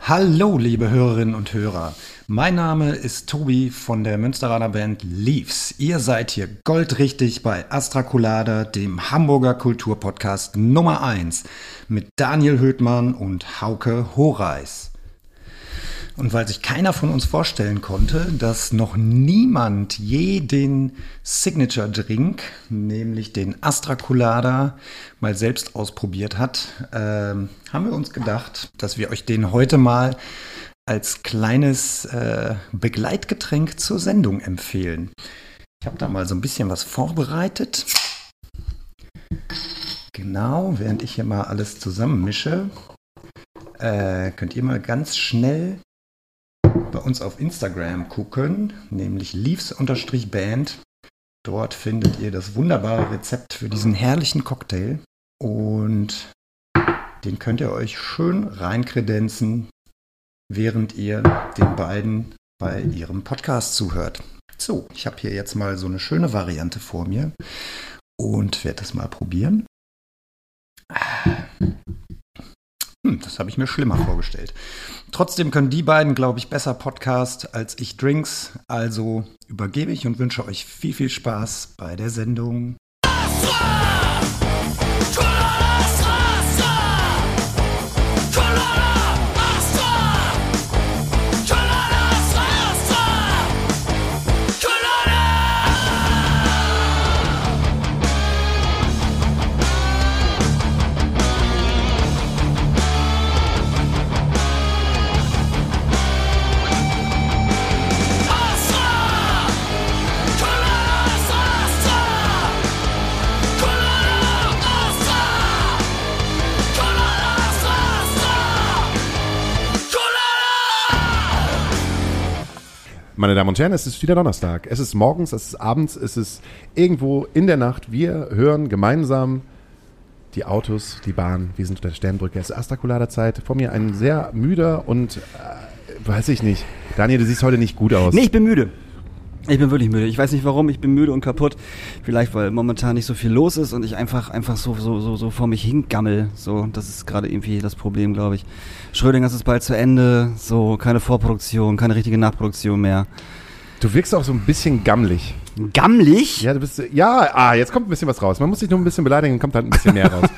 Hallo, liebe Hörerinnen und Hörer. Mein Name ist Tobi von der Münsteraner Band Leaves. Ihr seid hier goldrichtig bei Astrakulada, dem Hamburger Kulturpodcast Nummer 1 mit Daniel Höhtmann und Hauke Horeis. Und weil sich keiner von uns vorstellen konnte, dass noch niemand je den Signature-Drink, nämlich den Astrakulada, mal selbst ausprobiert hat, haben wir uns gedacht, dass wir euch den heute mal als kleines Begleitgetränk zur Sendung empfehlen. Ich habe da mal so ein bisschen was vorbereitet. Genau, während ich hier mal alles zusammenmische, könnt ihr mal ganz schnell bei uns auf Instagram gucken, nämlich Leaves_Band. Dort findet ihr das wunderbare Rezept für diesen herrlichen Cocktail und den könnt ihr euch schön reinkredenzen, während ihr den beiden bei ihrem Podcast zuhört. So, ich habe hier jetzt mal so eine schöne Variante vor mir und werde das mal probieren. Das habe ich mir schlimmer vorgestellt. Trotzdem können die beiden, glaube ich, besser Podcast als ich Drinks. Also übergebe ich und wünsche euch viel, viel Spaß bei der Sendung. Meine Damen und Herren, es ist wieder Donnerstag. Es ist morgens, es ist abends, es ist irgendwo in der Nacht. Wir hören gemeinsam die Autos, die Bahn. Wir sind unter der Sternbrücke. Es ist Astrakulada-Zeit. Vor mir ein sehr müder und, weiß ich nicht. Daniel, du siehst heute nicht gut aus. Nee, ich bin müde. Ich bin wirklich müde. Ich weiß nicht warum, ich bin müde und kaputt. Vielleicht, weil momentan nicht so viel los ist und ich einfach so vor mich hingammel. So, das ist gerade irgendwie das Problem, glaube ich. Schrödingers ist bald zu Ende. So, keine Vorproduktion, keine richtige Nachproduktion mehr. Du wirkst auch so ein bisschen gammelig. Gammelig? Ja, du bist, jetzt kommt ein bisschen was raus. Man muss sich nur ein bisschen beleidigen, dann kommt halt ein bisschen mehr raus.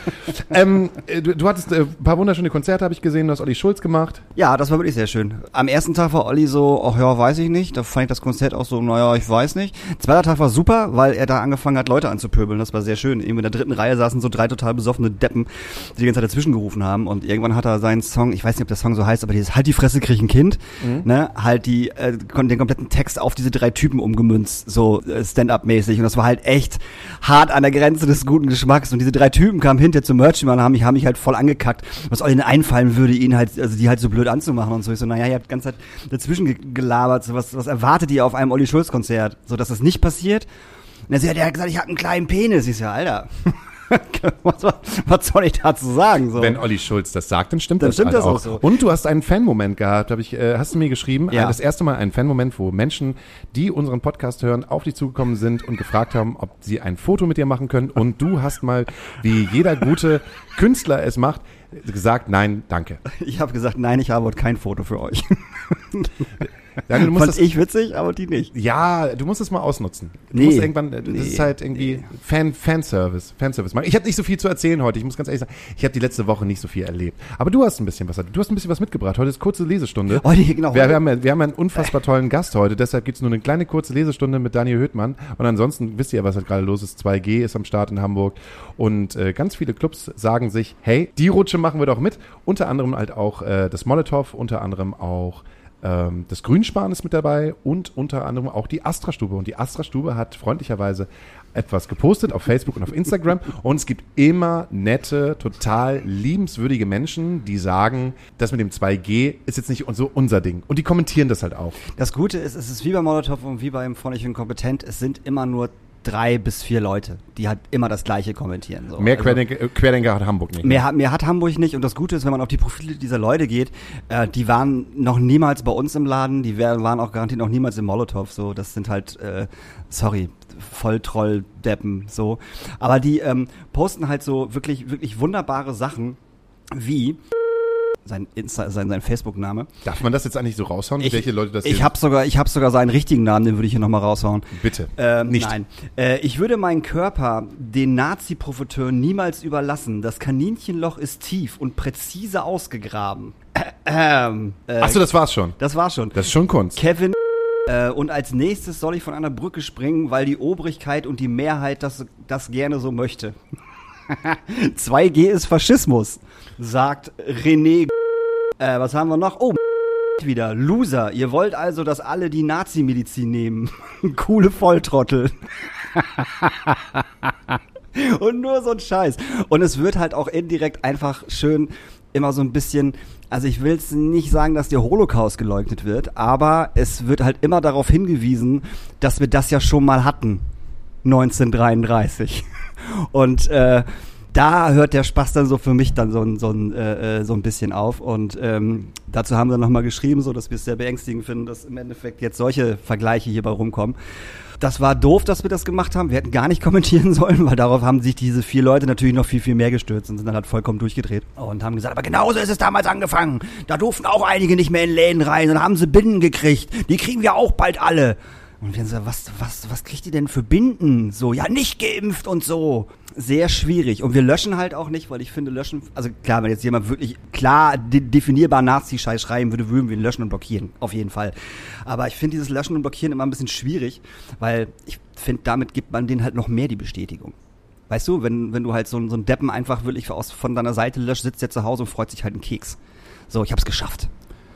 Du hattest ein paar wunderschöne Konzerte, habe ich gesehen. Du hast Olli Schulz gemacht. Ja, das war wirklich sehr schön. Am ersten Tag war Olli so, ach ja, weiß ich nicht. Da fand ich das Konzert auch so, naja, ich weiß nicht. Zweiter Tag war super, weil er da angefangen hat, Leute anzupöbeln. Das war sehr schön. Eben in der dritten Reihe saßen so 3 total besoffene Deppen, die ganze Zeit dazwischen gerufen haben. Und irgendwann hat er seinen Song, ich weiß nicht, ob der Song so heißt, aber dieses Halt die Fresse, krieg ich ein Kind. Ne? Halt den kompletten Text auf diese 3 Typen umgemünzt, so Stand-up-mäßig. Und das war halt echt hart an der Grenze des guten Geschmacks. Und diese 3 Typen kamen hinterher zum Merchman und haben mich halt voll angekackt, was Olli einfallen würde, ihn halt, also die halt so blöd anzumachen und so. Ich so, naja, ihr habt die ganze Zeit dazwischen gelabert, so was erwartet ihr auf einem Olli Schulz-Konzert? So, dass das nicht passiert? Und er so, ja, der hat gesagt, ich hab einen kleinen Penis. Ich so, Alter, was soll ich dazu sagen? So. Wenn Olli Schulz das sagt, dann stimmt das halt auch so. Und du hast einen Fan-Moment gehabt, hast du mir geschrieben, ja. Das erste Mal einen Fan-Moment, wo Menschen, die unseren Podcast hören, auf dich zugekommen sind und gefragt haben, ob sie ein Foto mit dir machen können. Und du hast mal, wie jeder gute Künstler es macht, gesagt, nein, danke. Ich habe gesagt, nein, ich habe heute kein Foto für euch. Daniel, Fand ich witzig, aber die nicht. Ja, du musst es mal ausnutzen. Das ist halt irgendwie Fanservice machen. Ich habe nicht so viel zu erzählen heute, ich muss ganz ehrlich sagen, ich habe die letzte Woche nicht so viel erlebt. Aber du hast ein bisschen was mitgebracht. Heute ist kurze Lesestunde. Genau. Wir haben einen unfassbar tollen Gast heute, deshalb gibt es nur eine kleine kurze Lesestunde mit Daniel Höhtmann. Und ansonsten wisst ihr ja, was halt gerade los ist. 2G ist am Start in Hamburg und ganz viele Clubs sagen sich, hey, die Rutsche machen wir doch mit. Unter anderem halt auch das Molotow, unter anderem auch das Grünspan ist mit dabei und unter anderem auch die Astra-Stube. Und die Astra-Stube hat freundlicherweise etwas gepostet auf Facebook und auf Instagram. Und es gibt immer nette, total liebenswürdige Menschen, die sagen, das mit dem 2G ist jetzt nicht so unser Ding. Und die kommentieren das halt auch. Das Gute ist, es ist wie bei Molotow und wie beim Freundlich und Kompetent. Es sind immer nur 3 bis 4 Leute, die halt immer das Gleiche kommentieren. So. Mehr Querdenker hat Hamburg nicht. Mehr hat Hamburg nicht. Und das Gute ist, wenn man auf die Profile dieser Leute geht, die waren noch niemals bei uns im Laden, die waren auch garantiert noch niemals im Molotow. So, das sind halt, Volltroll-Deppen. So. Aber die posten halt so wirklich, wirklich wunderbare Sachen wie sein Facebook-Name. Darf man das jetzt eigentlich so raushauen, welche Leute das Ich habe sogar seinen richtigen Namen, den würde ich hier nochmal raushauen. Bitte, nicht. Nein. Ich würde meinen Körper den Nazi-Profiteuren niemals überlassen. Das Kaninchenloch ist tief und präzise ausgegraben. Achso, das war's schon. Das war's schon. Das ist schon Kunst. Kevin und als nächstes soll ich von einer Brücke springen, weil die Obrigkeit und die Mehrheit das gerne so möchte. 2G ist Faschismus, sagt René. Was haben wir noch? Oh, wieder. Loser. Ihr wollt also, dass alle die Nazi-Medizin nehmen. Coole Volltrottel. Und nur so ein Scheiß. Und es wird halt auch indirekt einfach schön immer so ein bisschen, also ich will jetzt nicht sagen, dass der Holocaust geleugnet wird, aber es wird halt immer darauf hingewiesen, dass wir das ja schon mal hatten, 1933. Und da hört der Spaß dann so für mich dann so ein bisschen auf. Und dazu haben wir nochmal geschrieben, so dass wir es sehr beängstigend finden, dass im Endeffekt jetzt solche Vergleiche hierbei rumkommen. Das war doof, dass wir das gemacht haben. Wir hätten gar nicht kommentieren sollen, weil darauf haben sich diese 4 Leute natürlich noch viel, viel mehr gestürzt und sind dann halt vollkommen durchgedreht und haben gesagt, aber genauso ist es damals angefangen. Da durften auch einige nicht mehr in Läden rein und haben sie Binden gekriegt. Die kriegen wir auch bald alle. Und wir haben gesagt, was kriegt ihr denn für Binden? So, ja, nicht geimpft und so. Sehr schwierig. Und wir löschen halt auch nicht, weil ich finde, löschen, also klar, wenn jetzt jemand wirklich klar definierbar Nazi-Scheiß schreiben würde, würden wir ihn löschen und blockieren. Auf jeden Fall. Aber ich finde dieses Löschen und Blockieren immer ein bisschen schwierig, weil ich finde, damit gibt man denen halt noch mehr die Bestätigung. Weißt du, wenn du halt so einen Deppen einfach wirklich von deiner Seite löscht, sitzt der zu Hause und freut sich halt einen Keks. So, ich hab's geschafft.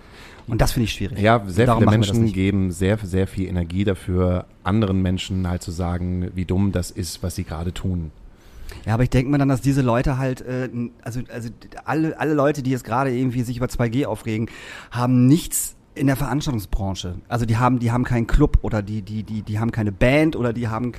Und das finde ich schwierig. Ja, sehr viele Menschen geben sehr, sehr viel Energie dafür, anderen Menschen halt zu sagen, wie dumm das ist, was sie gerade tun. Ja, aber ich denke mir dann, dass diese Leute halt, also alle Leute, die jetzt gerade irgendwie sich über 2G aufregen, haben nichts in der Veranstaltungsbranche. Also die haben keinen Club oder die haben keine Band oder die haben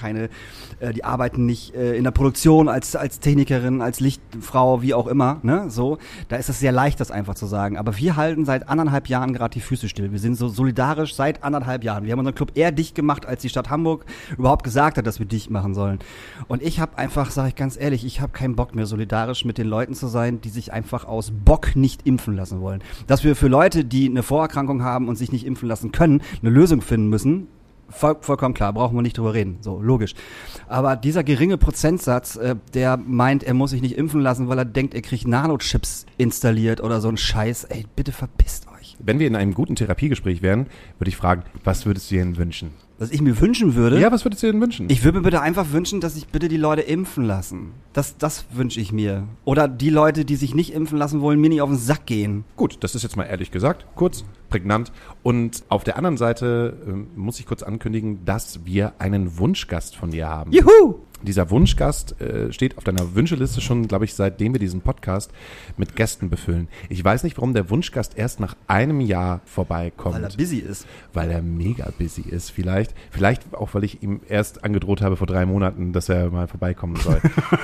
die arbeiten nicht in der Produktion als Technikerin, als Lichtfrau, wie auch immer, ne, so. Da ist es sehr leicht, das einfach zu sagen. Aber wir halten seit 1,5 Jahren gerade die Füße still. Wir sind so solidarisch seit 1,5 Jahren. Wir haben unseren Club eher dicht gemacht, als die Stadt Hamburg überhaupt gesagt hat, dass wir dicht machen sollen. Und ich habe einfach, sage ich ganz ehrlich, ich habe keinen Bock mehr, solidarisch mit den Leuten zu sein, die sich einfach aus Bock nicht impfen lassen wollen. Dass wir für Leute, die eine Vorerkrankung haben und sich nicht impfen lassen können, eine Lösung finden müssen, vollkommen klar, brauchen wir nicht drüber reden, so, logisch. Aber dieser geringe Prozentsatz, der meint, er muss sich nicht impfen lassen, weil er denkt, er kriegt Nanochips installiert oder so ein Scheiß, ey, bitte verpisst euch. Wenn wir in einem guten Therapiegespräch wären, würde ich fragen, was würdest du dir denn wünschen? Was ich mir wünschen würde? Ja, was würdest du dir denn wünschen? Ich würde mir bitte einfach wünschen, dass sich bitte die Leute impfen lassen. Das wünsche ich mir. Oder die Leute, die sich nicht impfen lassen wollen, mir nicht auf den Sack gehen. Gut, das ist jetzt mal ehrlich gesagt, kurz, prägnant. Und auf der anderen Seite muss ich kurz ankündigen, dass wir einen Wunschgast von dir haben. Juhu! Dieser Wunschgast steht auf deiner Wünscheliste schon, glaube ich, seitdem wir diesen Podcast mit Gästen befüllen. Ich weiß nicht, warum der Wunschgast erst nach einem Jahr vorbeikommt. Weil er busy ist. Weil er mega busy ist. Vielleicht auch, weil ich ihm erst angedroht habe vor 3 Monaten, dass er mal vorbeikommen soll.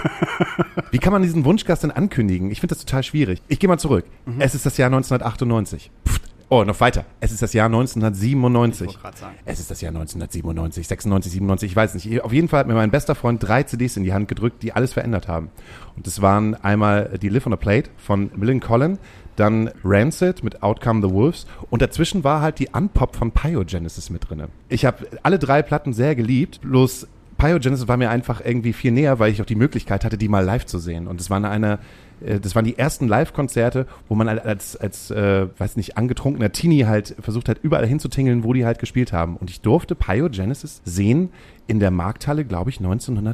Wie kann man diesen Wunschgast denn ankündigen? Ich finde das total schwierig. Ich gehe mal zurück. Es ist das Jahr 1998. Oh, noch weiter. Es ist das Jahr 1997. Ich wollte gerade sagen. Es ist das Jahr 1997, 96, 97, ich weiß nicht. Auf jeden Fall hat mir mein bester Freund 3 CDs in die Hand gedrückt, die alles verändert haben. Und das waren einmal die Live on a Plate von Millencolin, dann Rancid mit Out Come the Wolves und dazwischen war halt die Unpop von Pyogenesis mit drinne. Ich habe alle 3 Platten sehr geliebt, bloß Pyogenesis war mir einfach irgendwie viel näher, weil ich auch die Möglichkeit hatte, die mal live zu sehen. Und das waren die ersten Live-Konzerte, wo man als weiß nicht, angetrunkener Teenie halt versucht hat, überall hinzutingeln, wo die halt gespielt haben. Und ich durfte Pyogenesis sehen in der Markthalle, glaube ich,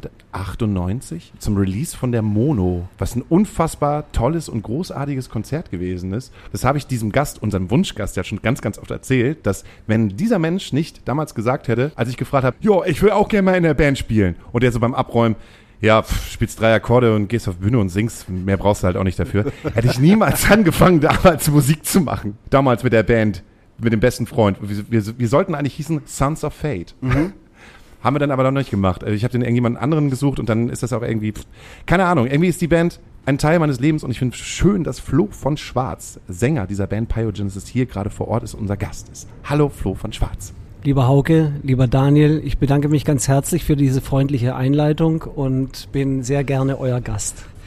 1998 zum Release von der Mono, was ein unfassbar tolles und großartiges Konzert gewesen ist. Das habe ich diesem Gast, unserem Wunschgast, ja schon ganz, ganz oft erzählt, dass wenn dieser Mensch nicht damals gesagt hätte, als ich gefragt habe, jo, ich will auch gerne mal in der Band spielen, und der so beim Abräumen, ja, spielst 3 Akkorde und gehst auf Bühne und singst, mehr brauchst du halt auch nicht dafür, hätte ich niemals angefangen, damals Musik zu machen. Damals mit der Band, mit dem besten Freund. Wir sollten eigentlich hießen Sons of Fate. Mhm. Haben wir dann aber noch nicht gemacht. Ich habe den irgendjemand anderen gesucht und dann ist das auch irgendwie, keine Ahnung, irgendwie ist die Band ein Teil meines Lebens und ich finde schön, dass Flo von Schwarz, Sänger dieser Band Pyogenesis, hier gerade vor Ort ist, unser Gast ist. Hallo Flo von Schwarz. Lieber Hauke, lieber Daniel, ich bedanke mich ganz herzlich für diese freundliche Einleitung und bin sehr gerne euer Gast.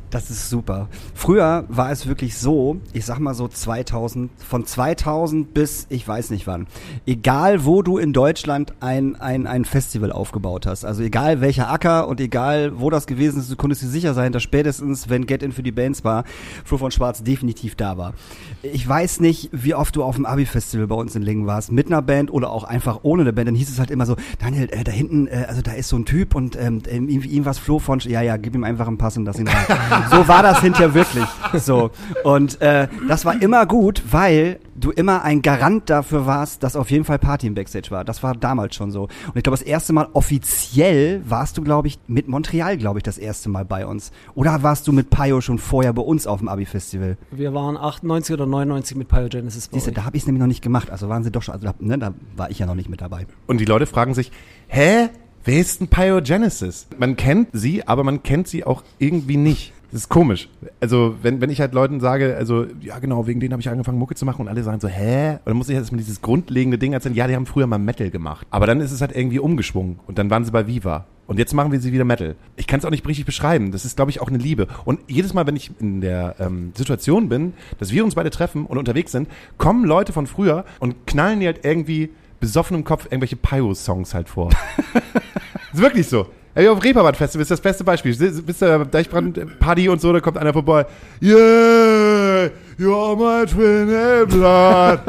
Das ist super. Früher war es wirklich so, ich sag mal so 2000, von 2000 bis ich weiß nicht wann, egal wo du in Deutschland ein Festival aufgebaut hast, also egal welcher Acker und egal wo das gewesen ist, du konntest dir sicher sein, dass spätestens, wenn Get In für die Bands war, Flo von Schwarz definitiv da war. Ich weiß nicht, wie oft du auf dem Abi-Festival bei uns in Lingen warst, mit einer Band oder auch einfach ohne eine Band, dann hieß es halt immer so, Daniel, da hinten, also da ist so ein Typ und ihm was Flo von, ja, gib ihm einfach einen Pass und lass ihn rein. So war das hinterher wirklich. So. Und das war immer gut, weil du immer ein Garant dafür warst, dass auf jeden Fall Party im Backstage war. Das war damals schon so. Und ich glaube, das erste Mal offiziell warst du, glaube ich, mit Montreal, glaube ich, das erste Mal bei uns. Oder warst du mit Pio schon vorher bei uns auf dem Abi-Festival? Wir waren 98 oder 99 mit Pyogenesis bei Siehst du, da habe ich es nämlich noch nicht gemacht. Also waren sie doch schon, also da war ich ja noch nicht mit dabei. Und die Leute fragen sich, wer ist denn Pyogenesis? Man kennt sie, aber man kennt sie auch irgendwie nicht. Das ist komisch. Also, wenn ich halt Leuten sage, also, ja genau, wegen denen habe ich angefangen Mucke zu machen und alle sagen so, hä? Und dann muss ich erstmal dieses grundlegende Ding erzählen, ja, die haben früher mal Metal gemacht. Aber dann ist es halt irgendwie umgeschwungen und dann waren sie bei Viva. Und jetzt machen wir sie wieder Metal. Ich kann es auch nicht richtig beschreiben. Das ist, glaube ich, auch eine Liebe. Und jedes Mal, wenn ich in der Situation bin, dass wir uns beide treffen und unterwegs sind, kommen Leute von früher und knallen die halt irgendwie besoffen im Kopf irgendwelche Pyro-Songs halt vor. Das ist wirklich so. Ey, auf Reeperbahn Festival ist das beste Beispiel. Bist du Deichbrand Party und so, da kommt einer vorbei. Yeah, you're my twin blood.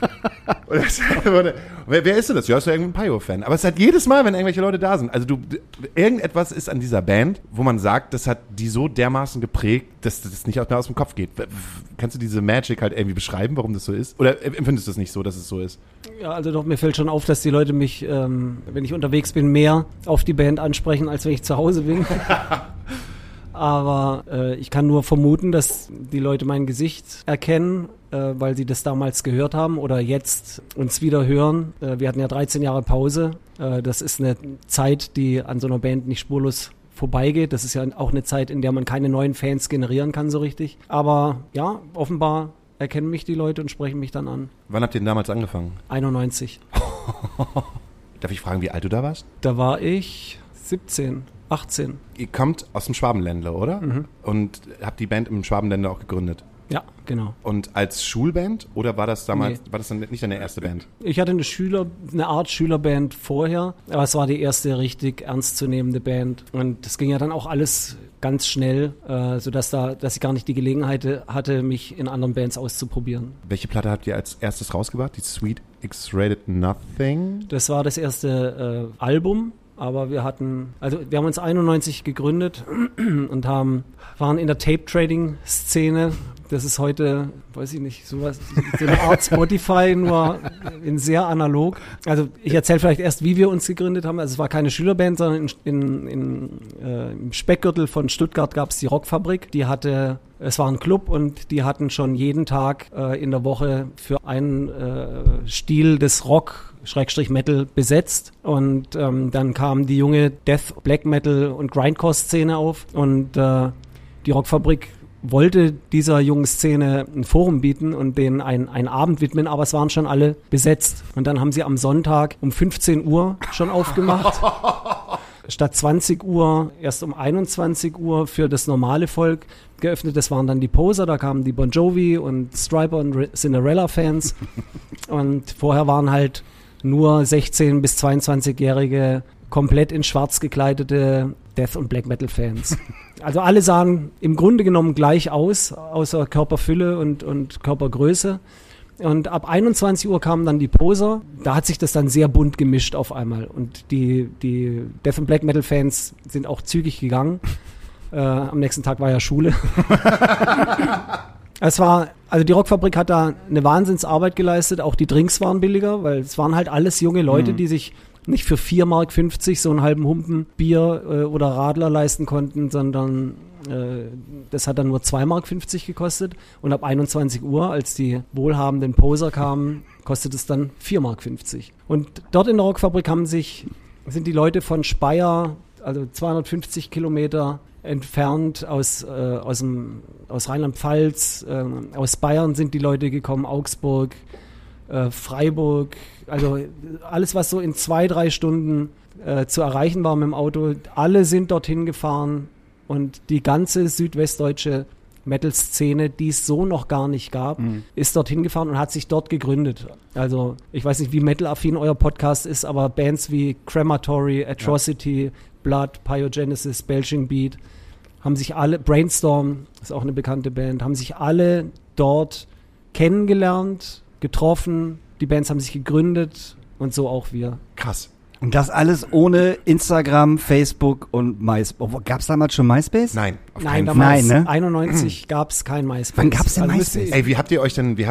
Wer ist denn das? Ja, ist ja irgendein Pyro-Fan. Aber es hat jedes Mal, wenn irgendwelche Leute da sind. Also irgendetwas ist an dieser Band, wo man sagt, das hat die so dermaßen geprägt, dass das nicht mehr aus dem Kopf geht. Kannst du diese Magic halt irgendwie beschreiben, warum das so ist? Oder empfindest du es nicht so, dass es so ist? Ja, also doch, mir fällt schon auf, dass die Leute mich, wenn ich unterwegs bin, mehr auf die Band ansprechen, als wenn ich zu Hause bin. Aber ich kann nur vermuten, dass die Leute mein Gesicht erkennen, weil sie das damals gehört haben oder jetzt uns wieder hören. Wir hatten ja 13 Jahre Pause. Das ist eine Zeit, die an so einer Band nicht spurlos vorbeigeht. Das ist ja auch eine Zeit, in der man keine neuen Fans generieren kann so richtig. Aber ja, offenbar erkennen mich die Leute und sprechen mich dann an. Wann habt ihr denn damals angefangen? 91. Darf ich fragen, wie alt du da warst? Da war ich 17, 18. Ihr kommt aus dem Schwabenländler, oder? Mhm. Und habt die Band im Schwabenländler auch gegründet? Ja, genau. Und als Schulband oder war das damals, war das dann nicht deine erste Band? Ich hatte eine Art Schülerband vorher, aber es war die erste richtig ernstzunehmende Band. Und das ging ja dann auch alles ganz schnell, sodass ich gar nicht die Gelegenheit hatte, mich in anderen Bands auszuprobieren. Welche Platte habt ihr als erstes rausgebracht? Die Sweet X-Rated Nothing? Das war das erste Album. Aber wir haben uns 91 gegründet und waren in der Tape-Trading-Szene. Das ist heute, weiß ich nicht, so eine Art Spotify, nur in sehr analog. Also ich erzähle vielleicht erst, wie wir uns gegründet haben. Also es war keine Schülerband, sondern im Speckgürtel von Stuttgart gab es die Rockfabrik. Es war ein Club und die hatten schon jeden Tag in der Woche für einen Stil des Rock/Metal besetzt. Und dann kam die junge Death, Black Metal und Grindcore-Szene auf und die Rockfabrik wollte dieser jungen Szene ein Forum bieten und denen einen Abend widmen, aber es waren schon alle besetzt. Und dann haben sie am Sonntag um 15 Uhr schon aufgemacht. Statt 20 Uhr erst um 21 Uhr für das normale Volk geöffnet. Das waren dann die Poser, da kamen die Bon Jovi und Striper und Cinderella-Fans. Und vorher waren halt nur 16- bis 22-jährige komplett in schwarz gekleidete Death- und Black Metal-Fans. Also alle sahen im Grunde genommen gleich aus, außer Körperfülle und Körpergröße. Und ab 21 Uhr kamen dann die Poser. Da hat sich das dann sehr bunt gemischt auf einmal. Und die Death- und Black Metal-Fans sind auch zügig gegangen. Am nächsten Tag war ja Schule. Also die Rockfabrik hat da eine Wahnsinnsarbeit geleistet. Auch die Drinks waren billiger, weil es waren halt alles junge Leute, die sich nicht für 4,50 Mark so einen halben Humpen Bier oder Radler leisten konnten, sondern das hat dann nur 2,50 Mark gekostet. Und ab 21 Uhr, als die wohlhabenden Poser kamen, kostet es dann 4,50 Mark. Und dort in der Rockfabrik sind die Leute von Speyer, also 250 Kilometer entfernt aus Rheinland-Pfalz, aus Bayern sind die Leute gekommen, Augsburg, Freiburg, also alles, was so in 2-3 Stunden zu erreichen war mit dem Auto, alle sind dorthin gefahren Und die ganze südwestdeutsche Metal-Szene, die es so noch gar nicht gab, ist dorthin gefahren und hat sich dort gegründet. Also ich weiß nicht, wie metal-affin euer Podcast ist, aber Bands wie Crematory, Atrocity, Blood, Pyogenesis, Belching Beat, haben sich alle, Brainstorm ist auch eine bekannte Band, haben sich alle dort kennengelernt, getroffen, die Bands haben sich gegründet und so auch wir. Krass. Und das alles ohne Instagram, Facebook und MySpace. Gab es damals schon MySpace? Nein, auf Nein, keinen Fall. damals, Nein, ne? 91 gab es kein MySpace. Wann gab's denn Also MySpace? Ey, wie habt ihr euch denn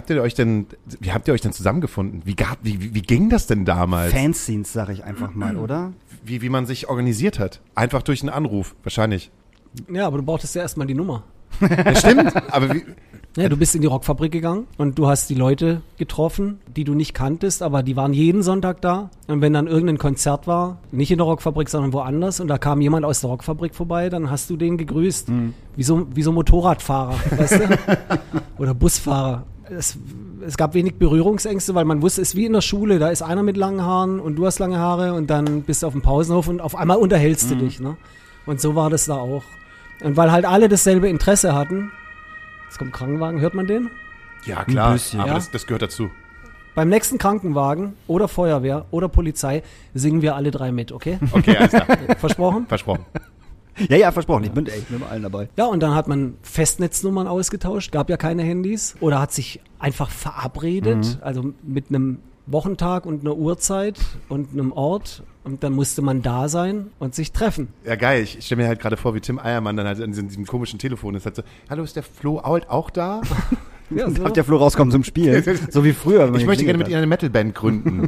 zusammengefunden? Wie ging das denn damals? Fanscenes, sag ich einfach mal, oder? Wie man sich organisiert hat? Einfach durch einen Anruf, wahrscheinlich. Ja, aber du brauchtest ja erstmal die Nummer. Das stimmt, aber wie, Ja, du bist in die Rockfabrik gegangen und du hast die Leute getroffen, die du nicht kanntest, aber die waren jeden Sonntag da. Und wenn dann irgendein Konzert war, nicht in der Rockfabrik, sondern woanders, und da kam jemand aus der Rockfabrik vorbei, dann hast du den gegrüßt. Wie so Motorradfahrer, weißt du? Oder Busfahrer. Es gab wenig Berührungsängste, weil man wusste, es ist wie in der Schule, da ist einer mit langen Haaren und du hast lange Haare und dann bist du auf dem Pausenhof und auf einmal unterhältst du dich. Ne? Und so war das da auch. Und weil halt alle dasselbe Interesse hatten, jetzt kommt ein Krankenwagen, hört man den? ja klar, bisschen, aber ja. das gehört dazu. Beim nächsten Krankenwagen oder Feuerwehr oder Polizei singen wir alle drei mit, okay? Okay, alles klar. Versprochen? Versprochen. Ja, versprochen. Ich bin mit allen dabei. Ja, und dann hat man Festnetznummern ausgetauscht, gab ja keine Handys. Oder hat sich einfach verabredet, also mit einem Wochentag und einer Uhrzeit und einem Ort. Und dann musste man da sein und sich treffen. Ja, geil. Ich stelle mir halt gerade vor, wie Tim Eiermann dann halt an diesem komischen Telefon ist. Halt so, hallo, ist der Flo Ault auch da? Ja, so. Habt der Flo rauskommt zum Spiel. So wie früher. wenn man Ich möchte gerne mit geklingelt Ihnen eine Metalband gründen.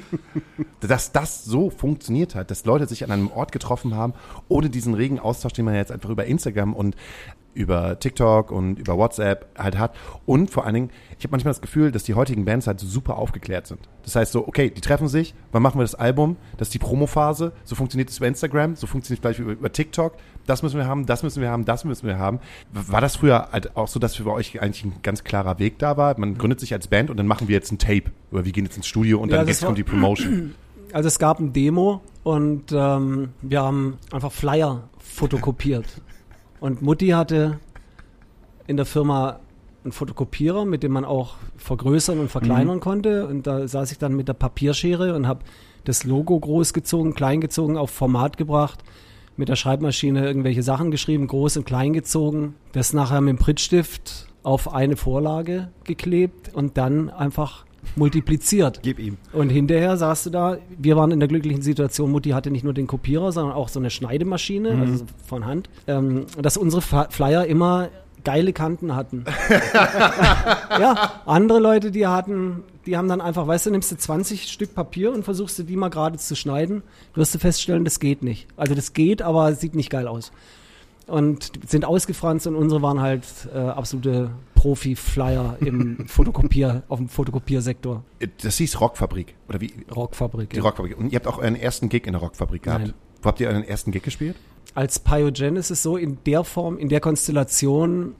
Dass das so funktioniert hat, dass Leute sich an einem Ort getroffen haben, ohne diesen regen Austausch, den man jetzt einfach über Instagram und über TikTok und über WhatsApp halt hat. Und vor allen Dingen, ich habe manchmal das Gefühl, dass die heutigen Bands halt super aufgeklärt sind. Das heißt so, okay, die treffen sich, wann machen wir das Album? Das ist die Promophase, so funktioniert es über Instagram, so funktioniert es gleich über TikTok. Das müssen wir haben, das müssen wir haben, das müssen wir haben. War das früher halt auch so, dass für euch eigentlich ein ganz klarer Weg da war? Man gründet sich als Band und dann machen wir jetzt ein Tape. Oder wir gehen jetzt ins Studio und Ja, dann das jetzt kommt die Promotion. Also es gab ein Demo und wir haben einfach Flyer fotokopiert. Und Mutti hatte in der Firma einen Fotokopierer, mit dem man auch vergrößern und verkleinern konnte. Und da saß ich dann mit der Papierschere und habe das Logo groß gezogen, klein gezogen, auf Format gebracht, mit der Schreibmaschine irgendwelche Sachen geschrieben, groß und klein gezogen, das nachher mit dem Prittstift auf eine Vorlage geklebt und dann einfach multipliziert. Gib ihm. Und hinterher saß du da, wir waren in der glücklichen Situation, Mutti hatte nicht nur den Kopierer, sondern auch so eine Schneidemaschine, also so von Hand, dass unsere Flyer immer geile Kanten hatten. Ja, andere Leute, die haben dann einfach, weißt du, nimmst du 20 Stück Papier und versuchst du die mal gerade zu schneiden, wirst du feststellen, das geht nicht. Also das geht, aber sieht nicht geil aus. Und sind ausgefranst und unsere waren halt absolute Profi-Flyer auf dem Fotokopiersektor. Das hieß Rockfabrik, oder wie? Rockfabrik. Die Rockfabrik. Und ihr habt auch euren ersten Gig in der Rockfabrik gehabt. Nein. Wo habt ihr euren ersten Gig gespielt? Als Pyogenesis so in der Form, in der Konstellation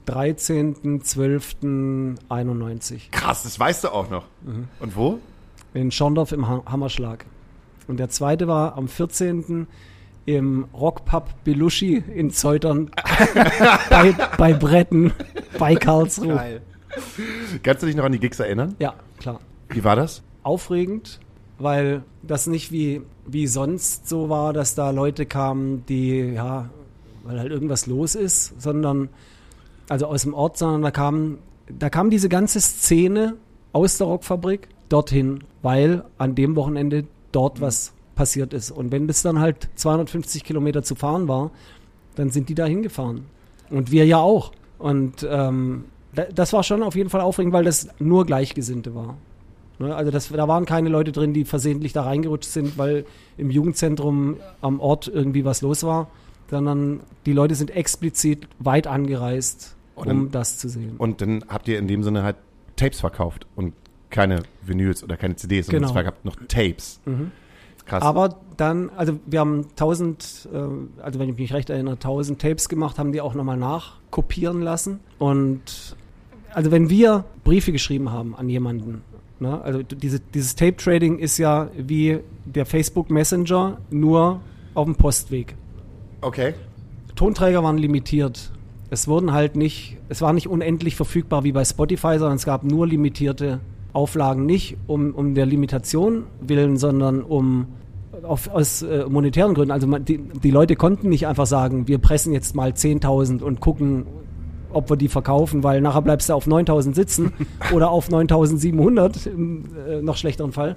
13.12.91 Krass, das weißt du auch noch. Und wo? in Schorndorf im Hammerschlag. Und der zweite war am 14. im Rockpub Belushi in Zeutern bei Bretten bei Karlsruhe. Geil. Kannst du dich noch an die Gigs erinnern? Ja, klar. Wie war das? Aufregend, weil das nicht wie sonst so war, dass da Leute kamen, die, ja, weil halt irgendwas los ist, sondern, also aus dem Ort, sondern da kam diese ganze Szene aus der Rockfabrik dorthin, weil an dem Wochenende dort was passiert ist. Und wenn das dann halt 250 Kilometer zu fahren war, dann sind die da hingefahren. Und wir ja auch. Und das war schon auf jeden Fall aufregend, weil das nur Gleichgesinnte war. Ne? Also da waren keine Leute drin, die versehentlich da reingerutscht sind, weil im Jugendzentrum am Ort irgendwie was los war, sondern die Leute sind explizit weit angereist, um das zu sehen. Und dann habt ihr in dem Sinne halt Tapes verkauft und keine Vinyls oder keine CDs, sondern Genau. es gab noch Tapes. Krass. Aber dann, also wir haben 1000, also wenn ich mich recht erinnere, 1000 Tapes gemacht, haben die auch nochmal nachkopieren lassen. Und also wenn wir Briefe geschrieben haben an jemanden, ne, also dieses Tape-Trading ist ja wie der Facebook Messenger, nur auf dem Postweg. Okay. Tonträger waren limitiert. Es war nicht unendlich verfügbar wie bei Spotify, sondern es gab nur limitierte Auflagen, nicht um der Limitation willen, sondern aus monetären Gründen. Also die Leute konnten nicht einfach sagen, wir pressen jetzt mal 10.000 und gucken, ob wir die verkaufen, weil nachher bleibst du auf 9.000 sitzen oder auf 9.700 im noch schlechteren Fall.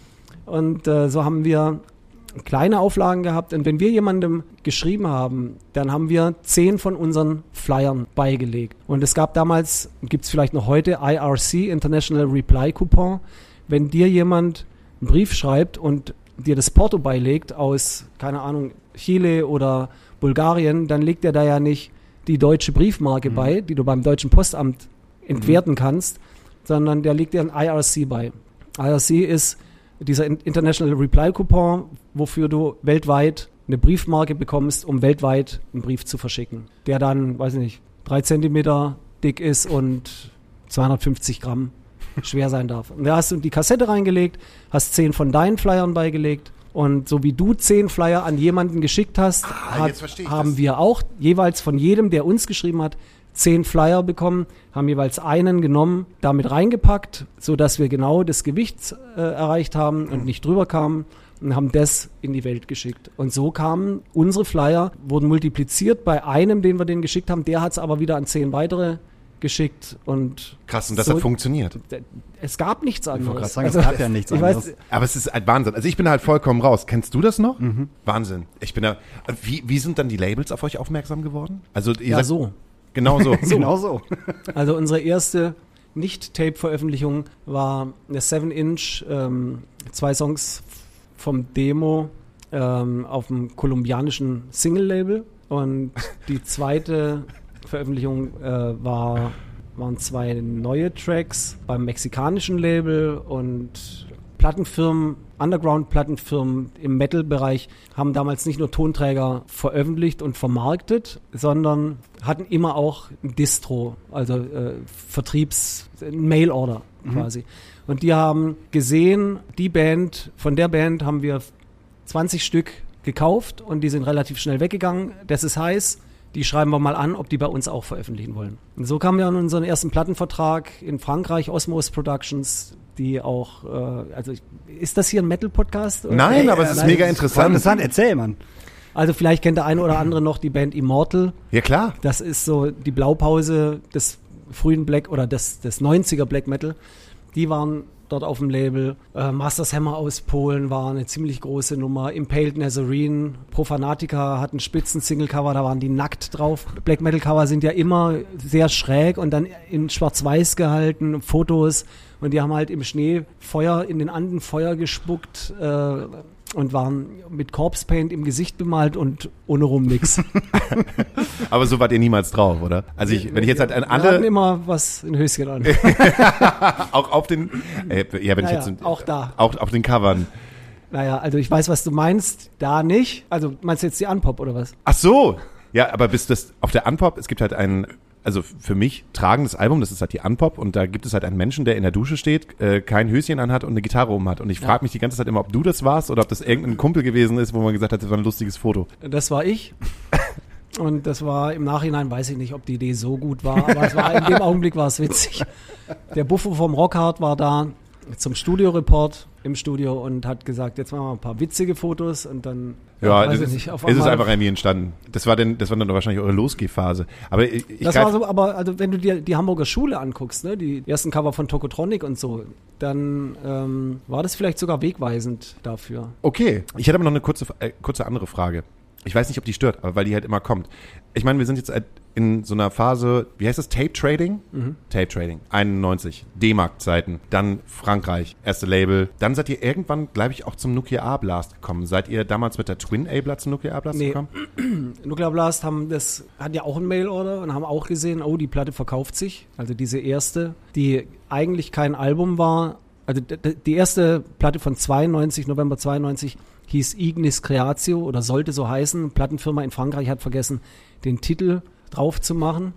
Und so haben wir kleine Auflagen gehabt. Und wenn wir jemandem geschrieben haben, dann haben wir 10 von unseren Flyern beigelegt. Und es gab damals, gibt es vielleicht noch heute, IRC, International Reply Coupon. Wenn dir jemand einen Brief schreibt und dir das Porto beilegt aus, keine Ahnung, Chile oder Bulgarien, dann legt er da ja nicht die deutsche Briefmarke bei, die du beim Deutschen Postamt entwerten kannst, sondern der legt dir ein IRC bei. IRC ist dieser International Reply Coupon, wofür du weltweit eine Briefmarke bekommst, um weltweit einen Brief zu verschicken, der dann, weiß ich nicht, 3 Zentimeter dick ist und 250 Gramm schwer sein darf. Und da hast du die Kassette reingelegt, hast 10 von deinen Flyern beigelegt und so wie du 10 Flyer an jemanden geschickt hast, haben wir auch jeweils von jedem, der uns geschrieben hat, 10 Flyer bekommen, haben jeweils einen genommen, damit reingepackt, sodass wir genau das Gewicht erreicht haben und nicht drüber kamen und haben das in die Welt geschickt. Und so kamen unsere Flyer, wurden multipliziert bei einem, den wir denen geschickt haben, der hat es aber wieder an 10 weitere geschickt und krass, und das hat funktioniert. Es gab nichts anderes. Ich wollte gerade sagen, es gab ja nichts anderes. Aber es ist halt Wahnsinn. Also ich bin halt vollkommen raus. Kennst du das noch? Wahnsinn. Ich bin da. Wie sind dann die Labels auf euch aufmerksam geworden? Also ihr sagt, so. Genau so. Genau so. Also unsere erste Nicht-Tape-Veröffentlichung war eine 7-Inch, 2 Songs vom Demo auf dem kolumbianischen Single-Label. Und die zweite Veröffentlichung waren 2 neue Tracks beim mexikanischen Label und Plattenfirmen, Underground-Plattenfirmen im Metal-Bereich haben damals nicht nur Tonträger veröffentlicht und vermarktet, sondern hatten immer auch ein Distro, also Mail-Order quasi. Und die haben gesehen, von der Band haben wir 20 Stück gekauft und die sind relativ schnell weggegangen. Das ist heiß. Die schreiben wir mal an, ob die bei uns auch veröffentlichen wollen. Und so kamen wir an unseren ersten Plattenvertrag in Frankreich, Osmos Productions, die auch, ist das hier ein Metal-Podcast? Nein, aber es ist mega interessant. Erzähl, Mann. Also vielleicht kennt der eine oder andere noch die Band Immortal. Ja, klar. Das ist so die Blaupause des frühen Black oder des 90er Black Metal. Die waren dort auf dem Label. Masters Hammer aus Polen war eine ziemlich große Nummer. Impaled Nazarene, Profanatica hatten Spitzen-Single-Cover, da waren die nackt drauf. Black Metal-Cover sind ja immer sehr schräg und dann in schwarz-weiß gehalten, Fotos. Und die haben halt im Schnee in den Anden Feuer gespuckt und waren mit Corpse Paint im Gesicht bemalt und ohne rum nix. Aber so wart ihr niemals drauf, oder? Also wenn ich jetzt halt an alle... Wir hatten immer was in Höschen an. Auch auf den... auch da. Auch auf den Covern. Naja, also ich weiß, was du meinst. Da nicht. Also meinst du jetzt die Unpop oder was? Ach so. Ja, aber bis das auf der Unpop, es gibt halt also für mich tragendes Album, das ist halt die Unpop und da gibt es halt einen Menschen, der in der Dusche steht, kein Höschen anhat und eine Gitarre um hat. Und ich frage mich die ganze Zeit immer, ob du das warst oder ob das irgendein Kumpel gewesen ist, wo man gesagt hat, das war ein lustiges Foto. Das war ich. Und das war im Nachhinein, weiß ich nicht, ob die Idee so gut war, aber in dem Augenblick war es witzig. Der Buffo vom Rockhard war da zum Studio-Report im Studio und hat gesagt, jetzt machen wir ein paar witzige Fotos und dann ist es einfach irgendwie entstanden. Das war dann wahrscheinlich eure Losgehphase. Aber also wenn du dir die Hamburger Schule anguckst, ne, die ersten Cover von Tokotronic und so, dann war das vielleicht sogar wegweisend dafür. Okay, ich hätte aber noch eine kurze andere Frage. Ich weiß nicht, ob die stört, aber weil die halt immer kommt. Ich meine, wir sind jetzt in so einer Phase, wie heißt das, Tape Trading? Tape Trading, 91, D-Mark-Zeiten, dann Frankreich, erste Label. Dann seid ihr irgendwann, glaube ich, auch zum Nuclear A-Blast gekommen. Seid ihr damals mit der Twin A-Blast zum Nuclear A-Blast gekommen? Nuclear Blast hat ja auch einen Mail-Order und haben auch gesehen, die Platte verkauft sich. Also diese erste, die eigentlich kein Album war. Also die erste Platte von November 92, hieß Ignis Creatio oder sollte so heißen. Plattenfirma in Frankreich hat vergessen, den Titel drauf zu machen.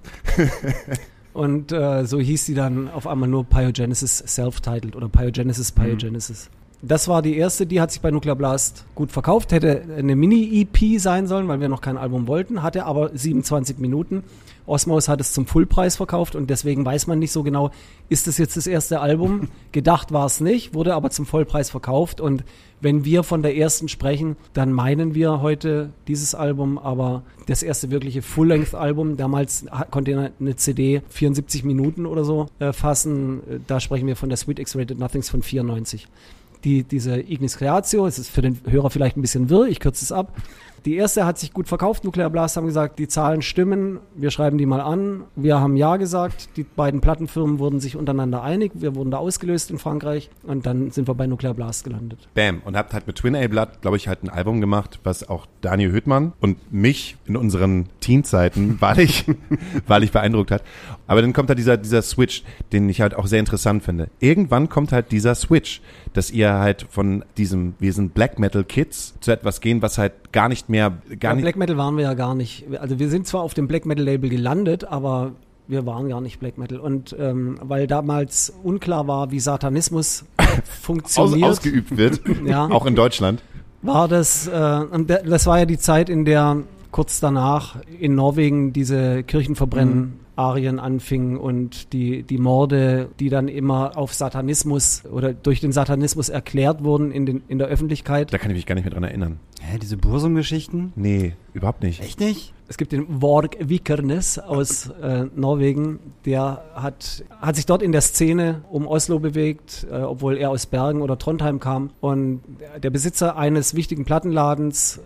Und so hieß sie dann auf einmal nur Pyogenesis Self-Titled oder Pyogenesis. Das war die erste, die hat sich bei Nuclear Blast gut verkauft. Hätte eine Mini-EP sein sollen, weil wir noch kein Album wollten, hatte aber 27 Minuten. Osmose hat es zum Fullpreis verkauft und deswegen weiß man nicht so genau, ist das jetzt das erste Album? Gedacht war es nicht, wurde aber zum Vollpreis verkauft und wenn wir von der ersten sprechen, dann meinen wir heute dieses Album, aber das erste wirkliche Full-Length-Album, damals konnte eine CD 74 Minuten oder so fassen, da sprechen wir von der Sweet X-Rated Nothings von 94. Diese Ignis Creatio, es ist für den Hörer vielleicht ein bisschen wirr, ich kürze es ab. Die erste hat sich gut verkauft. Nuclear Blast haben gesagt, die Zahlen stimmen, wir schreiben die mal an. Wir haben ja gesagt, die beiden Plattenfirmen wurden sich untereinander einig. Wir wurden da ausgelöst in Frankreich und dann sind wir bei Nuclear Blast gelandet. Bam. Und habt halt mit Twin A-Blood, glaube ich, halt ein Album gemacht, was auch Daniel Hüttmann und mich in unseren Teenzeiten wahrlich beeindruckt hat. Aber dann kommt halt dieser Switch, den ich halt auch sehr interessant finde. Irgendwann kommt halt dieser Switch, dass ihr halt von diesem, wir sind Black Metal Kids, zu etwas gehen, was halt gar nicht mehr, Black Metal waren wir ja gar nicht. Also wir sind zwar auf dem Black Metal Label gelandet, aber wir waren gar nicht Black Metal. Und weil damals unklar war, wie Satanismus funktioniert. Ausgeübt wird, ja, auch in Deutschland. War das, das war ja die Zeit, in der kurz danach in Norwegen diese Kirchenverbrennen-Arien anfingen und die Morde, die dann immer auf Satanismus oder durch den Satanismus erklärt wurden in der Öffentlichkeit. Da kann ich mich gar nicht mehr dran erinnern. Hä, diese Bursum-Geschichten? Nee, überhaupt nicht. Echt nicht? Es gibt den Vorg Vikernes aus Norwegen, der hat sich dort in der Szene um Oslo bewegt, obwohl er aus Bergen oder Trondheim kam. Und der Besitzer eines wichtigen Plattenladens,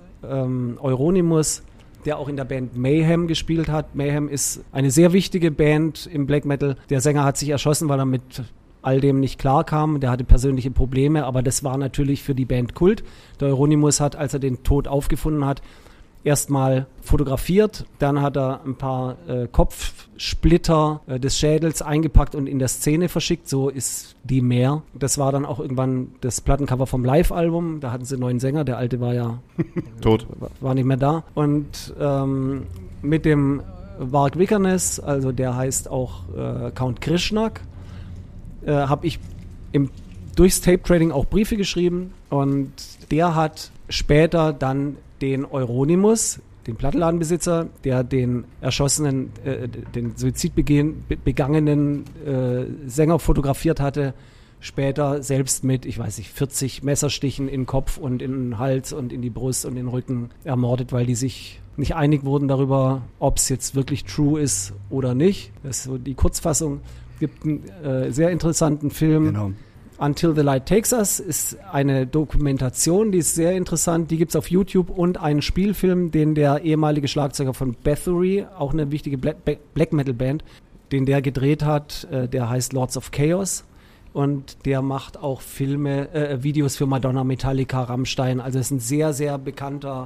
Euronymous, der auch in der Band Mayhem gespielt hat. Mayhem ist eine sehr wichtige Band im Black Metal. Der Sänger hat sich erschossen, weil er mit all dem nicht klar kam. Der hatte persönliche Probleme, aber das war natürlich für die Band Kult. Der Euronymous hat, als er den Tod aufgefunden hat, erstmal fotografiert, dann hat er ein paar Kopfsplitter des Schädels eingepackt und in der Szene verschickt, so ist die mehr. Das war dann auch irgendwann das Plattencover vom Live-Album, da hatten sie einen neuen Sänger, der alte war ja tot, war nicht mehr da. Und mit dem Varg Vikernes, also der heißt auch Count Krishnak, habe ich durchs Tape-Trading auch Briefe geschrieben und der hat später dann den Euronymous, den Plattenladenbesitzer, der den erschossenen, den Suizid begangenen Sänger fotografiert hatte, später selbst mit, 40 Messerstichen in den Kopf und in den Hals und in die Brust und in den Rücken ermordet, weil die sich nicht einig wurden darüber, ob es jetzt wirklich true ist oder nicht. Das ist so die Kurzfassung. Es gibt einen sehr interessanten Film. Genau. Until the Light Takes Us ist eine Dokumentation, die ist sehr interessant, die gibt es auf YouTube und einen Spielfilm, den der ehemalige Schlagzeuger von Bathory, auch eine wichtige Black Metal Band, den der gedreht hat, der heißt Lords of Chaos und der macht auch Videos für Madonna, Metallica, Rammstein, also ist ein sehr, sehr bekannter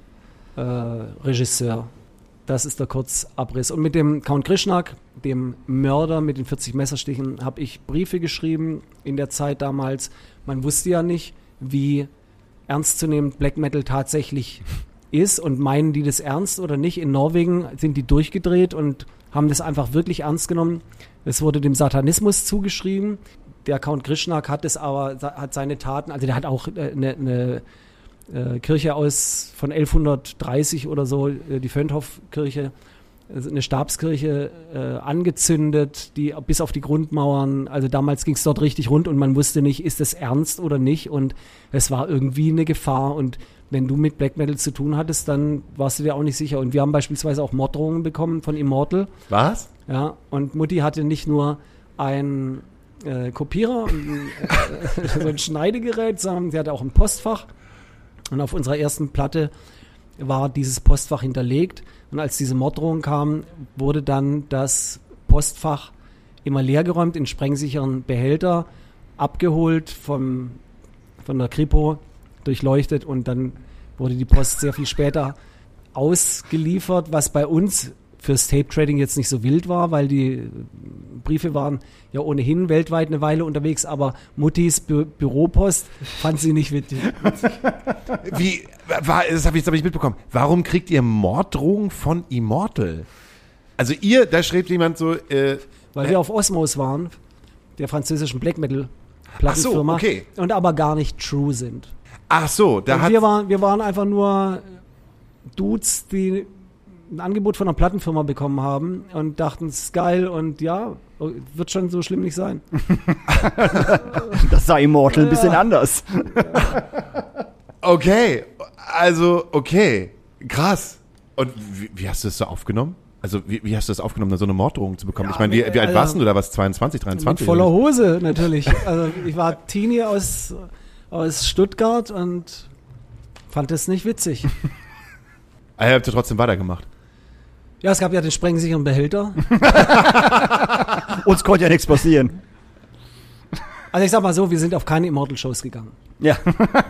Regisseur. Das ist der Kurzabriss. Und mit dem Count Krishnak, dem Mörder mit den 40 Messerstichen, habe ich Briefe geschrieben in der Zeit damals. Man wusste ja nicht, wie ernstzunehmend Black Metal tatsächlich ist und meinen die das ernst oder nicht. In Norwegen sind die durchgedreht und haben das einfach wirklich ernst genommen. Es wurde dem Satanismus zugeschrieben. Der Count Krishnak hat seine Taten, also der hat auch eine Kirche von 1130 oder so, die Fönthoff-Kirche, eine Stabskirche angezündet, die bis auf die Grundmauern, also damals ging es dort richtig rund und man wusste nicht, ist das ernst oder nicht und es war irgendwie eine Gefahr und wenn du mit Black Metal zu tun hattest, dann warst du dir auch nicht sicher und wir haben beispielsweise auch Morddrohungen bekommen von Immortal. Was? Ja, und Mutti hatte nicht nur ein Kopierer, so ein Schneidegerät, sondern sie hatte auch ein Postfach. Und auf unserer ersten Platte war dieses Postfach hinterlegt. Und als diese Morddrohung kam, wurde dann das Postfach immer leergeräumt in sprengsicheren Behälter, abgeholt von der Kripo, durchleuchtet und dann wurde die Post sehr viel später ausgeliefert, was bei uns fürs Tape-Trading jetzt nicht so wild war, weil die Briefe waren ja ohnehin weltweit eine Weile unterwegs, aber Muttis Büropost fand sie nicht witzig. Das habe ich jetzt aber nicht mitbekommen. Warum kriegt ihr Morddrohungen von Immortal? Also da schreibt jemand so... weil wir auf Osmose waren, der französischen Black Metal Plattenfirma. Ach so, okay. Und aber gar nicht true sind. Ach so, da Und hat... wir waren einfach nur Dudes, die ein Angebot von einer Plattenfirma bekommen haben und dachten, es ist geil und ja, wird schon so schlimm nicht sein. Das sah Immortal ein bisschen anders. Okay, also, okay, krass. Und wie hast du das so aufgenommen? Also, wie hast du das aufgenommen, da so eine Morddrohung zu bekommen? Ja, ich meine, wie alt warst du da? Was, 22, 23? Mit voller Hose natürlich. Also ich war Teenie aus Stuttgart und fand das nicht witzig. Aber ihr habt ja trotzdem weitergemacht. Ja, es gab ja den sprengsicheren Behälter. Uns konnte ja nichts passieren. Also ich sag mal so, wir sind auf keine Immortal-Shows gegangen. Ja.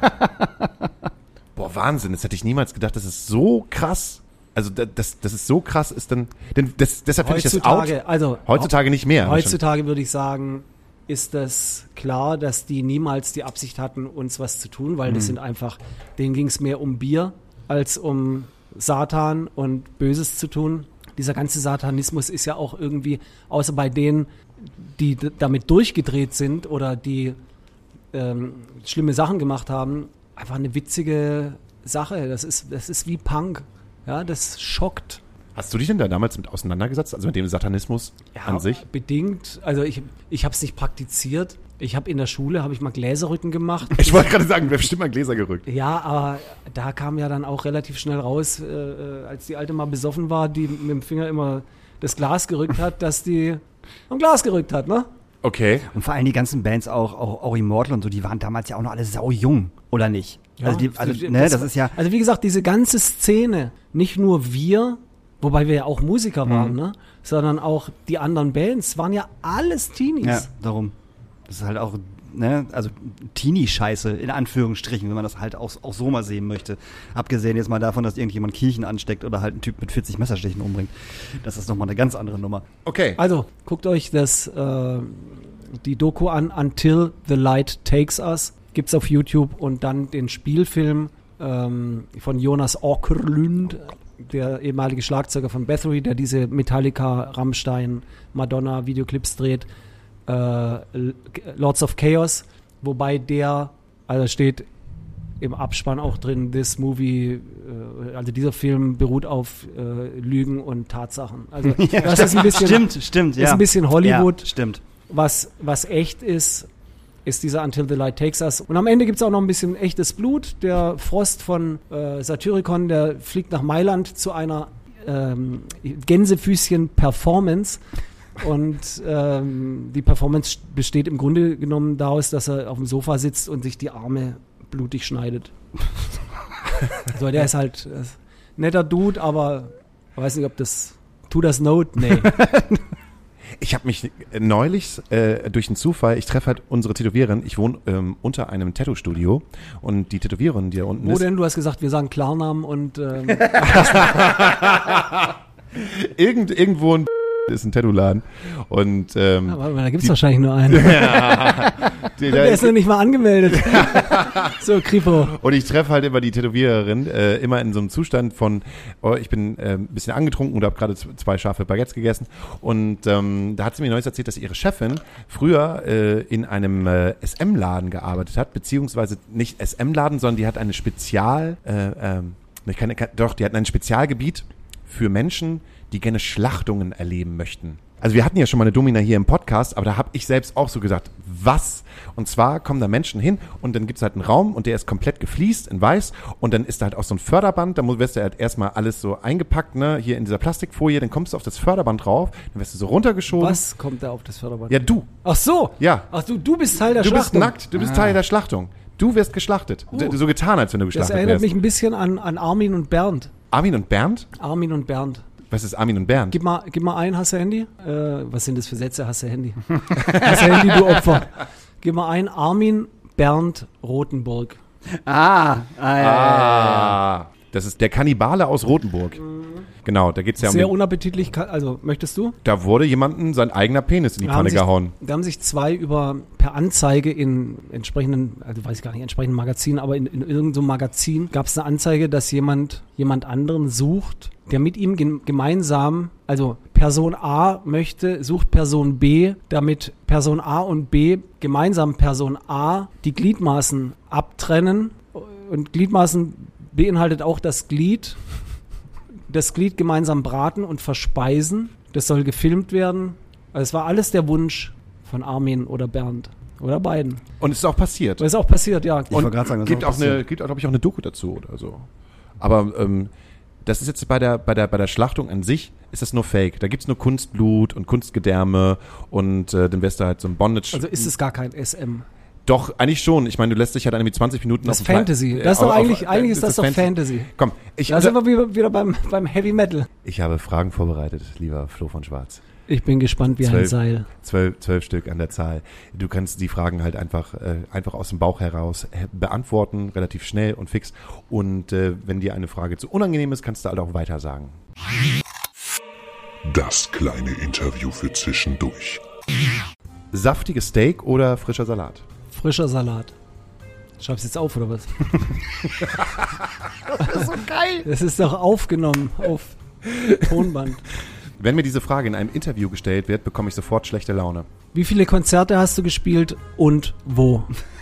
Boah, Wahnsinn, das hätte ich niemals gedacht, das ist so krass. Also, das ist so krass, ist dann, denn deshalb finde ich das out. Also Heutzutage nicht mehr. Heutzutage würde ich sagen, ist das klar, dass die niemals die Absicht hatten, uns was zu tun, weil das sind einfach, denen ging es mehr um Bier als um Satan und Böses zu tun. Dieser ganze Satanismus ist ja auch irgendwie, außer bei denen, die damit durchgedreht sind oder die schlimme Sachen gemacht haben, einfach eine witzige Sache. Das ist wie Punk. Ja, das schockt. Hast du dich denn da damals mit auseinandergesetzt, also mit dem Satanismus an sich? Bedingt. Also ich habe es nicht praktiziert. Ich habe in der Schule, mal Gläserrücken gemacht. Ich wollte gerade sagen, wer bestimmt mal Gläser gerückt. Ja, aber da kam ja dann auch relativ schnell raus, als die Alte mal besoffen war, die mit dem Finger immer das Glas gerückt hat, dass die am Glas gerückt hat, ne? Okay. Und vor allem die ganzen Bands, auch Immortal und so, die waren damals ja auch noch alle saujung, oder nicht? Ja, das ist ja... Also wie gesagt, diese ganze Szene, nicht nur wir, wobei wir ja auch Musiker waren, ne? Sondern auch die anderen Bands, waren ja alles Teenies. Ja, darum. Das ist halt auch, ne, also Teenie-Scheiße, in Anführungsstrichen, wenn man das halt auch so mal sehen möchte. Abgesehen jetzt mal davon, dass irgendjemand Kirchen ansteckt oder halt einen Typ mit 40 Messerstichen umbringt. Das ist nochmal eine ganz andere Nummer. Okay. Also, guckt euch die Doku an, Until the Light Takes Us. Gibt's auf YouTube und dann den Spielfilm von Jonas Åkerlund, der ehemalige Schlagzeuger von Bathory, der diese Metallica, Rammstein, Madonna Videoclips dreht, Lords of Chaos, wobei also steht im Abspann auch drin, this movie, also dieser Film beruht auf Lügen und Tatsachen. Also das ist ein bisschen, stimmt, ist ein bisschen Hollywood. Ja, stimmt. Was echt ist dieser Until the Light Takes Us. Und am Ende gibt es auch noch ein bisschen echtes Blut. Der Frost von Satyricon, der fliegt nach Mailand zu einer Gänsefüßchen-Performance. Und die Performance besteht im Grunde genommen daraus, dass er auf dem Sofa sitzt und sich die Arme blutig schneidet. So, der ist halt ein netter Dude, aber ich weiß nicht, ob das Note? Nee. Ich habe mich neulich durch einen Zufall, ich treffe halt unsere Tätowiererin, ich wohne unter einem Tattoo-Studio und die Tätowiererin, die da unten ist... Wo denn? Du hast gesagt, wir sagen Klarnamen und... Irgendwo ist ein Tattoo-Laden und... aber da gibt es wahrscheinlich nur einen. Der ist noch nicht mal angemeldet. So, Kripo. Und ich treffe halt immer die Tätowiererin, immer in so einem Zustand von, ich bin ein bisschen angetrunken und habe gerade 2 scharfe Baguettes gegessen. Und da hat sie mir neulich erzählt, dass ihre Chefin früher in einem SM-Laden gearbeitet hat, beziehungsweise nicht SM-Laden, sondern die hat eine die hat ein Spezialgebiet für Menschen, die gerne Schlachtungen erleben möchten. Also wir hatten ja schon mal eine Domina hier im Podcast, aber da habe ich selbst auch so gesagt, was? Und zwar kommen da Menschen hin und dann gibt es halt einen Raum und der ist komplett gefliest in weiß und dann ist da halt auch so ein Förderband, da wirst du halt erstmal alles so eingepackt, ne, hier in dieser Plastikfolie, dann kommst du auf das Förderband drauf, dann wirst du so runtergeschoben. Was kommt da auf das Förderband? Ja, du. Ach so. Ja. Ach du bist Teil der Schlachtung. Du bist nackt, du bist Teil der Schlachtung. Du wirst geschlachtet. So getan, als wenn du geschlachtet wärst. Das erinnert mich ein bisschen an Armin und Bernd. Armin und Bernd? Armin und Bernd. Was ist Armin und Bernd? Gib mal ein, hast du Handy? Was sind das für Sätze, hast du Handy? Hast du Handy, du Opfer. Gib mal ein, Armin, Bernd, Rothenburg. Das Das ist der Kannibale aus Rothenburg. Genau, da geht's ja um Sehr unappetitlich, also möchtest du? Da wurde jemandem sein eigener Penis in die Pfanne gehauen. Da haben sich zwei per Anzeige in entsprechenden, also weiß ich gar nicht, entsprechenden Magazinen, aber in irgendeinem Magazin gab es eine Anzeige, dass jemand anderen sucht, der mit ihm gemeinsam, also Person A sucht Person B, damit Person A und B gemeinsam Person A die Gliedmaßen abtrennen. Und Gliedmaßen beinhaltet auch das Glied gemeinsam braten und verspeisen. Das soll gefilmt werden. Also es war alles der Wunsch von Armin oder Bernd. Oder beiden. Und es ist auch passiert. Das ist auch passiert, ja. Ich wollte gerade sagen, gibt auch, glaube ich, auch eine Doku dazu oder so. Aber das ist jetzt bei der Schlachtung an sich, ist das nur Fake. Da gibt's nur Kunstblut und Kunstgedärme und dann wärst du halt so ein Bondage. Also ist es gar kein SM. Doch, eigentlich schon. Ich meine, du lässt dich halt irgendwie 20 Minuten das auf Fantasy. Das ist doch eigentlich ist das doch Fantasy. Komm, da sind wir wieder beim Heavy Metal. Ich habe Fragen vorbereitet, lieber Flo von Schwarz. Ich bin gespannt wie ein Seil. 12 Stück an der Zahl. Du kannst die Fragen halt einfach aus dem Bauch heraus beantworten, relativ schnell und fix. Und wenn dir eine Frage zu unangenehm ist, kannst du halt auch weiter sagen. Das kleine Interview für zwischendurch. Saftiges Steak oder frischer Salat? Frischer Salat. Schreib's jetzt auf, oder was? Das ist so geil. Das ist doch aufgenommen auf Tonband. Wenn mir diese Frage in einem Interview gestellt wird, bekomme ich sofort schlechte Laune. Wie viele Konzerte hast du gespielt und wo?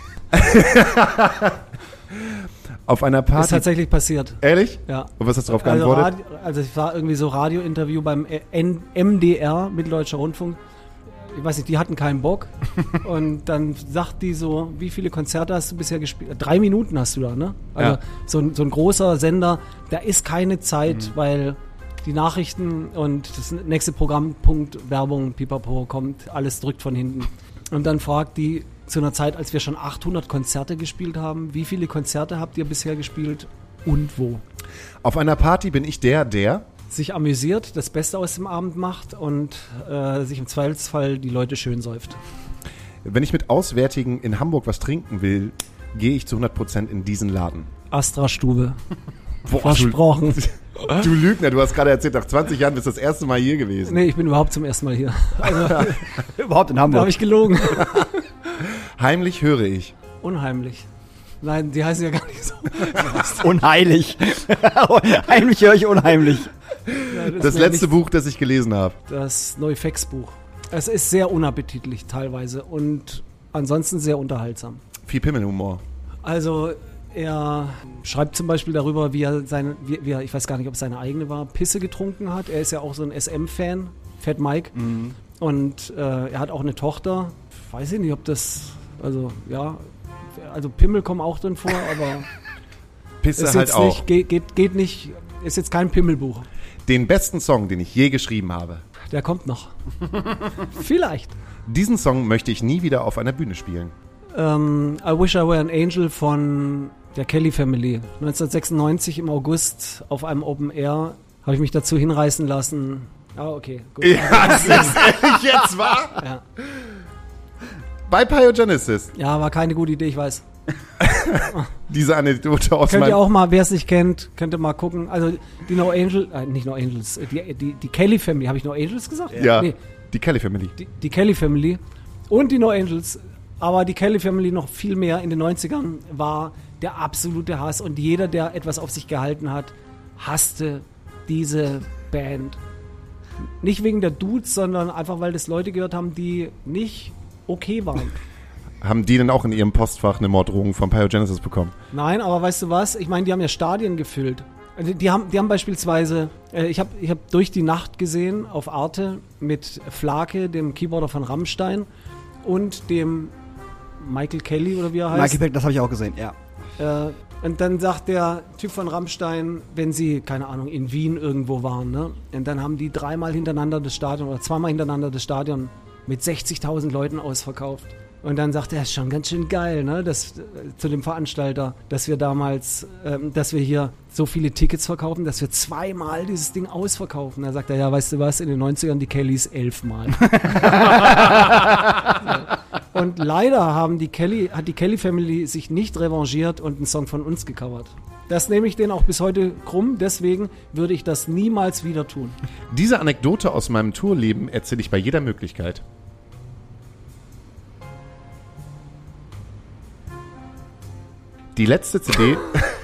Auf einer Party. Ist tatsächlich passiert. Ehrlich? Ja. Und was hast du darauf geantwortet? Also ich war irgendwie so Radiointerview beim MDR, Mitteldeutscher Rundfunk. Ich weiß nicht, die hatten keinen Bock. Und dann sagt die so, wie viele Konzerte hast du bisher gespielt? 3 Minuten hast du da, ne? Also ja. so ein großer Sender, da ist keine Zeit, weil die Nachrichten und das nächste Programmpunkt, Werbung, Pipapo, kommt, alles drückt von hinten. Und dann fragt die zu einer Zeit, als wir schon 800 Konzerte gespielt haben, wie viele Konzerte habt ihr bisher gespielt und wo? Auf einer Party bin ich der sich amüsiert, das Beste aus dem Abend macht und sich im Zweifelsfall die Leute schön säuft. Wenn ich mit Auswärtigen in Hamburg was trinken will, gehe ich zu 100% in diesen Laden. Astra-Stube. Versprochen. Du Lügner, du hast gerade erzählt, nach 20 Jahren bist du das erste Mal hier gewesen. Nee, ich bin überhaupt zum ersten Mal hier. Also, überhaupt in Hamburg. Da habe ich gelogen. Heimlich höre ich. Unheimlich. Nein, die heißen ja gar nicht so. Unheilig. Heimlich höre ich unheimlich. Ja, das letzte Buch, das ich gelesen habe. Das Neufex-Buch. Es ist sehr unappetitlich teilweise und ansonsten sehr unterhaltsam. Viel Pimmelhumor. Also er schreibt zum Beispiel darüber, wie er ich weiß gar nicht, ob es seine eigene war, Pisse getrunken hat. Er ist ja auch so ein SM-Fan, Fat Mike. Mhm. Und er hat auch eine Tochter. Weiß ich nicht, ob das, also Pimmel kommen auch drin vor, aber Pisse ist halt jetzt auch. Nicht, geht nicht, ist jetzt kein Pimmelbuch. Den besten Song, den ich je geschrieben habe. Der kommt noch. Vielleicht. Diesen Song möchte ich nie wieder auf einer Bühne spielen. I Wish I Were an Angel von der Kelly Family. 1996 im August auf einem Open Air habe ich mich dazu hinreißen lassen. Ah, okay. Gut. Ja, das ist ehrlich jetzt wahr? Ja. Bei Pyogenesis. Ja, war keine gute Idee, ich weiß. Diese Anekdote aus Könnt ihr auch mal, wer es nicht kennt, könnt ihr mal gucken. Also die No Angels, nicht No Angels, die Kelly Family, habe ich No Angels gesagt? Ja, nee. Die Kelly Family. Die Kelly Family und die No Angels, aber die Kelly Family noch viel mehr in den 90ern war der absolute Hass und jeder, der etwas auf sich gehalten hat, hasste diese Band. Nicht wegen der Dudes, sondern einfach, weil das Leute gehört haben, die nicht okay waren. Haben die denn auch in ihrem Postfach eine Morddrohung von Pyogenesis bekommen? Nein, aber weißt du was? Ich meine, die haben ja Stadien gefüllt. Also die haben beispielsweise, ich hab Durch die Nacht gesehen auf Arte mit Flake, dem Keyboarder von Rammstein und dem Michael Kelly oder wie er heißt. Michael Kelly, das habe ich auch gesehen, ja. Und dann sagt der Typ von Rammstein, wenn sie, keine Ahnung, in Wien irgendwo waren, ne? Und dann haben die 3-mal hintereinander das Stadion oder 2-mal hintereinander das Stadion mit 60.000 Leuten ausverkauft. Und dann sagte er, ist schon ganz schön geil, ne? Zu dem Veranstalter, dass wir damals, dass wir hier so viele Tickets verkaufen, dass wir 2-mal dieses Ding ausverkaufen. Da sagt er, ja, weißt du was, in den 90ern die Kellys 11-mal. Und leider hat die Kelly Family sich nicht revanchiert und einen Song von uns gecovert. Das nehme ich denen auch bis heute krumm, deswegen würde ich das niemals wieder tun. Diese Anekdote aus meinem Tourleben erzähle ich bei jeder Möglichkeit. Die letzte CD,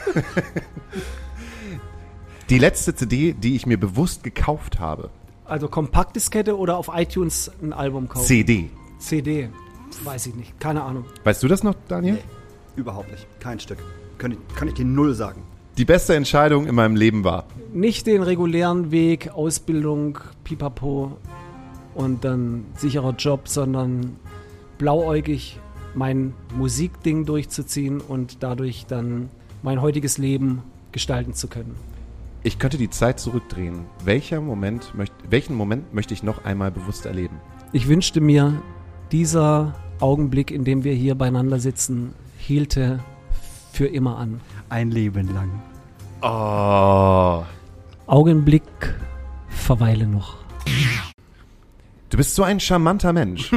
die ich mir bewusst gekauft habe. Also Kompaktdiskette oder auf iTunes ein Album kaufen? CD, weiß ich nicht, keine Ahnung. Weißt du das noch, Daniel? Nee, überhaupt nicht. Kein Stück. Kann ich dir null sagen. Die beste Entscheidung in meinem Leben war? Nicht den regulären Weg, Ausbildung, Pipapo und dann sicherer Job, sondern blauäugig mein Musikding durchzuziehen und dadurch dann mein heutiges Leben gestalten zu können. Ich könnte die Zeit zurückdrehen. Welchen Moment möchte ich noch einmal bewusst erleben? Ich wünschte mir, dieser Augenblick, in dem wir hier beieinander sitzen, hielte für immer an. Ein Leben lang. Oh. Augenblick, verweile noch. Du bist so ein charmanter Mensch.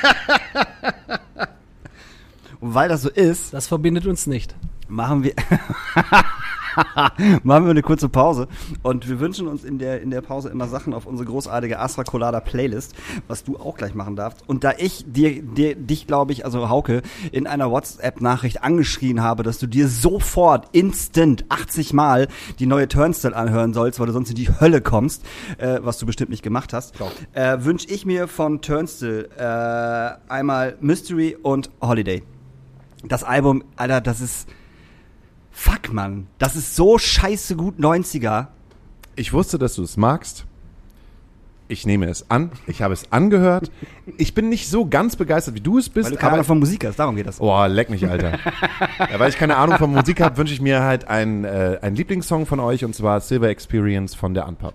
Und weil das so ist, Das verbindet uns nicht. machen wir eine kurze Pause und wir wünschen uns in der Pause immer Sachen auf unsere großartige Astra Colada Playlist, was du auch gleich machen darfst. Und da ich dich, glaube ich, also Hauke, in einer WhatsApp-Nachricht angeschrien habe, dass du dir sofort instant 80 Mal die neue Turnstile anhören sollst, weil du sonst in die Hölle kommst, was du bestimmt nicht gemacht hast, wünsche ich mir von Turnstile einmal Mystery und Holiday. Das Album, Alter, das ist fuck, Mann. Das ist so scheiße gut 90er. Ich wusste, dass du es magst. Ich nehme es an. Ich habe es angehört. Ich bin nicht so ganz begeistert, wie du es bist. Weil du keine Ahnung von Musik hast, darum geht das. Oh, leck mich, Alter. Ja, weil ich keine Ahnung von Musik habe, wünsche ich mir halt einen Lieblingssong von euch, und zwar Silver Experience von der Unpub.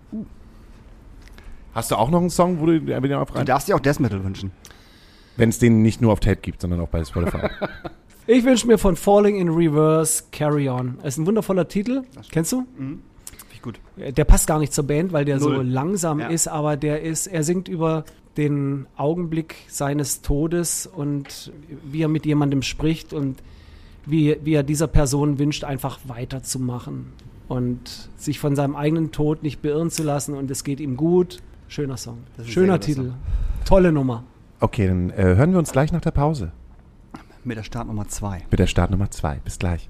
Hast du auch noch einen Song, wo du den auf rein? Du darfst dir auch Death Metal wünschen. Wenn es den nicht nur auf Tape gibt, sondern auch bei Spotify. Ich wünsche mir von Falling in Reverse Carry On. Das ist ein wundervoller Titel. Kennst du? Finde ich gut. Der passt gar nicht zur Band, weil der so Null. langsam Ja. ist, aber er singt über den Augenblick seines Todes und wie er mit jemandem spricht und wie er dieser Person wünscht, einfach weiterzumachen und sich von seinem eigenen Tod nicht beirren zu lassen, und es geht ihm gut. Schöner Song. Das ist ein Schöner sehr guter Titel. Song. Tolle Nummer. Okay, dann hören wir uns gleich nach der Pause. Mit der Startnummer 2. Mit der Startnummer 2. Bis gleich.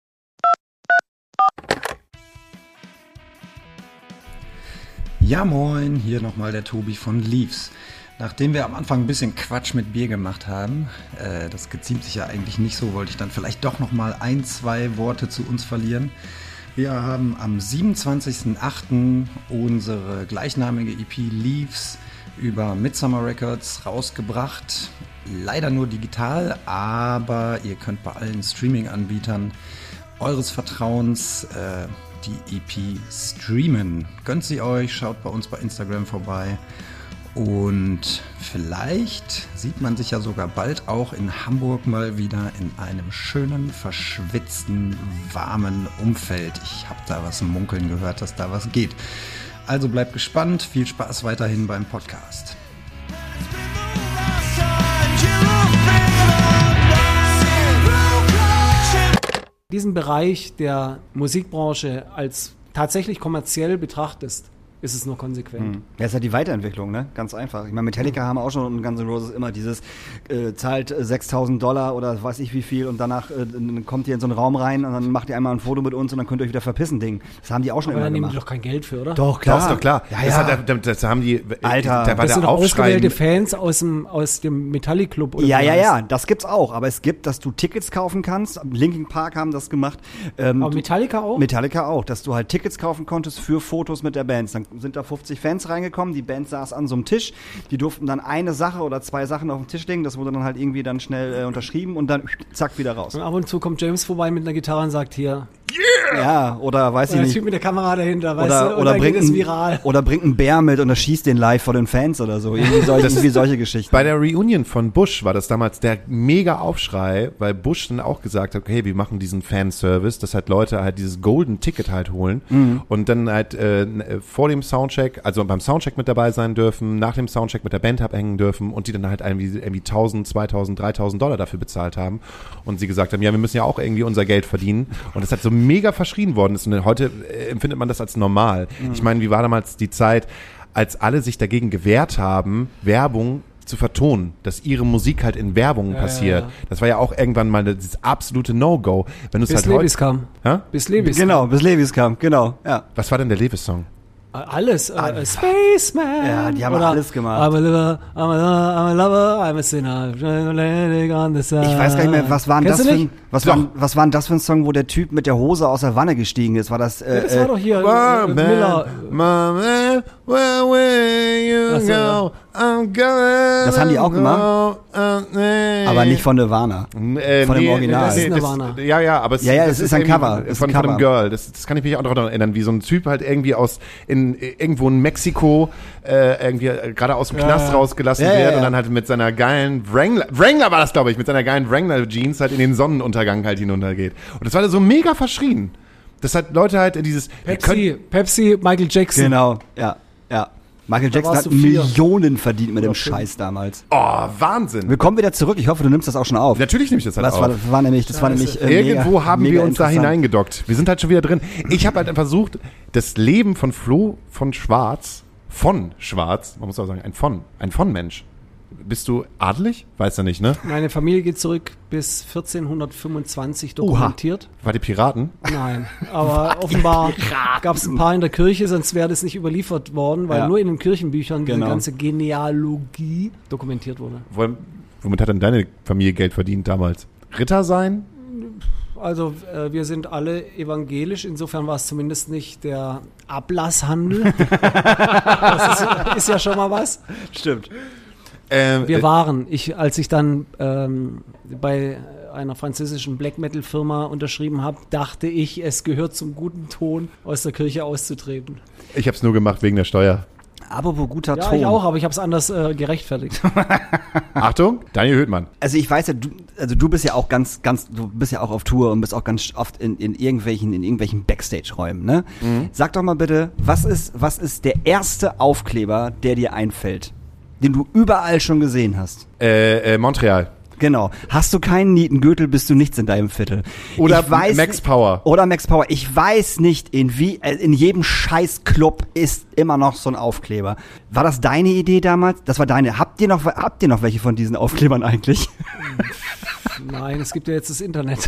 Ja moin, hier nochmal der Tobi von Leaves. Nachdem wir am Anfang ein bisschen Quatsch mit Bier gemacht haben, das geziemt sich ja eigentlich nicht so, wollte ich dann vielleicht doch nochmal 1-2 Worte zu uns verlieren. Wir haben am 27.08. unsere gleichnamige EP Leaves über Midsummer Records rausgebracht. Leider nur digital, aber ihr könnt bei allen Streaming-Anbietern eures Vertrauens die EP streamen. Gönnt sie euch, schaut bei uns bei Instagram vorbei. Und vielleicht sieht man sich ja sogar bald auch in Hamburg mal wieder in einem schönen, verschwitzten, warmen Umfeld. Ich habe da was munkeln gehört, dass da was geht. Also bleibt gespannt, viel Spaß weiterhin beim Podcast. Diesen Bereich der Musikbranche als tatsächlich kommerziell betrachtest, ist es nur konsequent. Ja, ist ja die Weiterentwicklung, ne? Ganz einfach. Ich meine, Metallica haben auch schon und Guns N' Roses immer dieses zahlt $6.000 oder weiß ich wie viel und danach dann kommt ihr in so einen Raum rein und dann macht ihr einmal ein Foto mit uns und dann könnt ihr euch wieder verpissen, Ding. Das haben die auch schon Aber immer da nehmen die gemacht. doch kein Geld für, oder? Doch, Das ist doch klar. Ja, Das, ja. das haben die. Alter, da war Das sind der doch Aufschrei. ausgewählte Fans aus dem Metallic-Club. oder Ja, wie ja, heißt. ja, das gibt's auch. Aber es gibt, dass du Tickets kaufen kannst. Linkin Park haben das gemacht. Aber Metallica auch? Metallica auch, dass du halt Tickets kaufen konntest für Fotos mit der Band. Dann sind da 50 Fans reingekommen, die Band saß an so einem Tisch, die durften dann eine Sache oder 2 Sachen auf den Tisch legen, das wurde dann halt irgendwie dann schnell unterschrieben und dann zack wieder raus. Und ab und zu kommt James vorbei mit einer Gitarre und sagt, hier, Ja, oder weiß ich Der nicht. Typ mit der Kamera dahinter, weißt du, und Oder dann bringt geht es viral. oder bringt einen Bär mit und er schießt den live vor den Fans oder so. Irgendwie solche Geschichten. Bei der Reunion von Bush war das damals der mega Aufschrei, weil Bush dann auch gesagt hat, okay, wir machen diesen Fanservice, dass halt Leute halt dieses Golden Ticket halt holen und dann halt vor dem Soundcheck, also beim Soundcheck mit dabei sein dürfen, nach dem Soundcheck mit der Band abhängen dürfen und die dann halt irgendwie 1.000, 2.000, 3.000 Dollar dafür bezahlt haben und sie gesagt haben, ja, wir müssen ja auch irgendwie unser Geld verdienen und das halt so mega verschrien worden ist und heute empfindet man das als normal. Ich meine, wie war damals die Zeit, als alle sich dagegen gewehrt haben, Werbung zu vertonen, dass ihre Musik halt in Werbung passiert. Ja. Das war ja auch irgendwann mal das absolute No-Go. Wenn du es Bis halt Levis kam. Hä? Bis Levis Genau, bis Levis kam, genau. Ja. Was war denn der Levis-Song? Alles. Spaceman. Ja, die haben Oder alles gemacht. I'm a lover, I'm a lover, I'm a sinner. On the side. Ich weiß gar nicht mehr, was war denn Kennst das du für nicht? ein, was war denn das für ein Song, wo der Typ mit der Hose aus der Wanne gestiegen ist? War das, Das war doch hier Miller. Mama, where you Ach so, ja. go? I'm gonna Das haben die auch gemacht? Aber nicht von Nirvana. Von dem Original. Das ist Nirvana. Ja, aber Ja, es ist ein irgendwie Cover. Es ist Von ein einem Cover. Girl. Das kann ich mich auch noch erinnern, wie so ein Typ halt irgendwie irgendwo in Mexiko irgendwie gerade aus dem Knast rausgelassen Ja, wird ja. und dann halt mit seiner geilen Wrangler war das, glaube ich, mit seiner geilen Wrangler-Jeans halt in den Sonnenuntergang halt hinuntergeht. Und das war so mega verschrien. Das hat Leute halt in dieses... Pepsi, Michael Jackson. Genau, ja. Michael Jackson warst hat du 4. Millionen verdient mit dem Oder 5. Scheiß damals. Oh, Wahnsinn. Wir kommen wieder zurück. Ich hoffe, du nimmst das auch schon auf. Natürlich nehme ich das halt Das auf. war nämlich Irgendwo mega, haben mega wir uns da interessant. hineingedockt. Wir sind halt schon wieder drin. Ich habe halt versucht, das Leben von Flo von Schwarz, man muss auch sagen, ein von-Mensch. Bist du adelig? Weiß er nicht, ne? Meine Familie geht zurück bis 1425 dokumentiert. War die Piraten? Nein, aber offenbar gab es ein paar in der Kirche, sonst wäre das nicht überliefert worden, weil Ja. nur in den Kirchenbüchern Genau. diese ganze Genealogie dokumentiert wurde. Womit hat denn deine Familie Geld verdient damals? Ritter sein? Also wir sind alle evangelisch, insofern war es zumindest nicht der Ablasshandel. Das ist ja schon mal was. Stimmt. Wir waren, als ich dann bei einer französischen Black Metal Firma unterschrieben habe, dachte ich, es gehört zum guten Ton, aus der Kirche auszutreten. Ich habe es nur gemacht wegen der Steuer. Apropos guter Ja, Ton. ich auch, aber ich habe es anders gerechtfertigt. Achtung, Daniel Höhtmann. Also ich weiß ja, du bist ja auch du bist ja auch auf Tour und bist auch ganz oft in irgendwelchen Backstage-Räumen, ne? Sag doch mal bitte, was ist der erste Aufkleber, der dir einfällt, den du überall schon gesehen hast? Montreal. Genau. Hast du keinen Nietengürtel, bist du nichts in deinem Viertel. Oder Ich weiß Max nicht- Power. Oder Max Power. Ich weiß nicht, in jedem Scheiß-Club ist immer noch so ein Aufkleber. War das deine Idee damals? Das war deine. Habt ihr noch welche von diesen Aufklebern eigentlich? Nein, es gibt ja jetzt das Internet.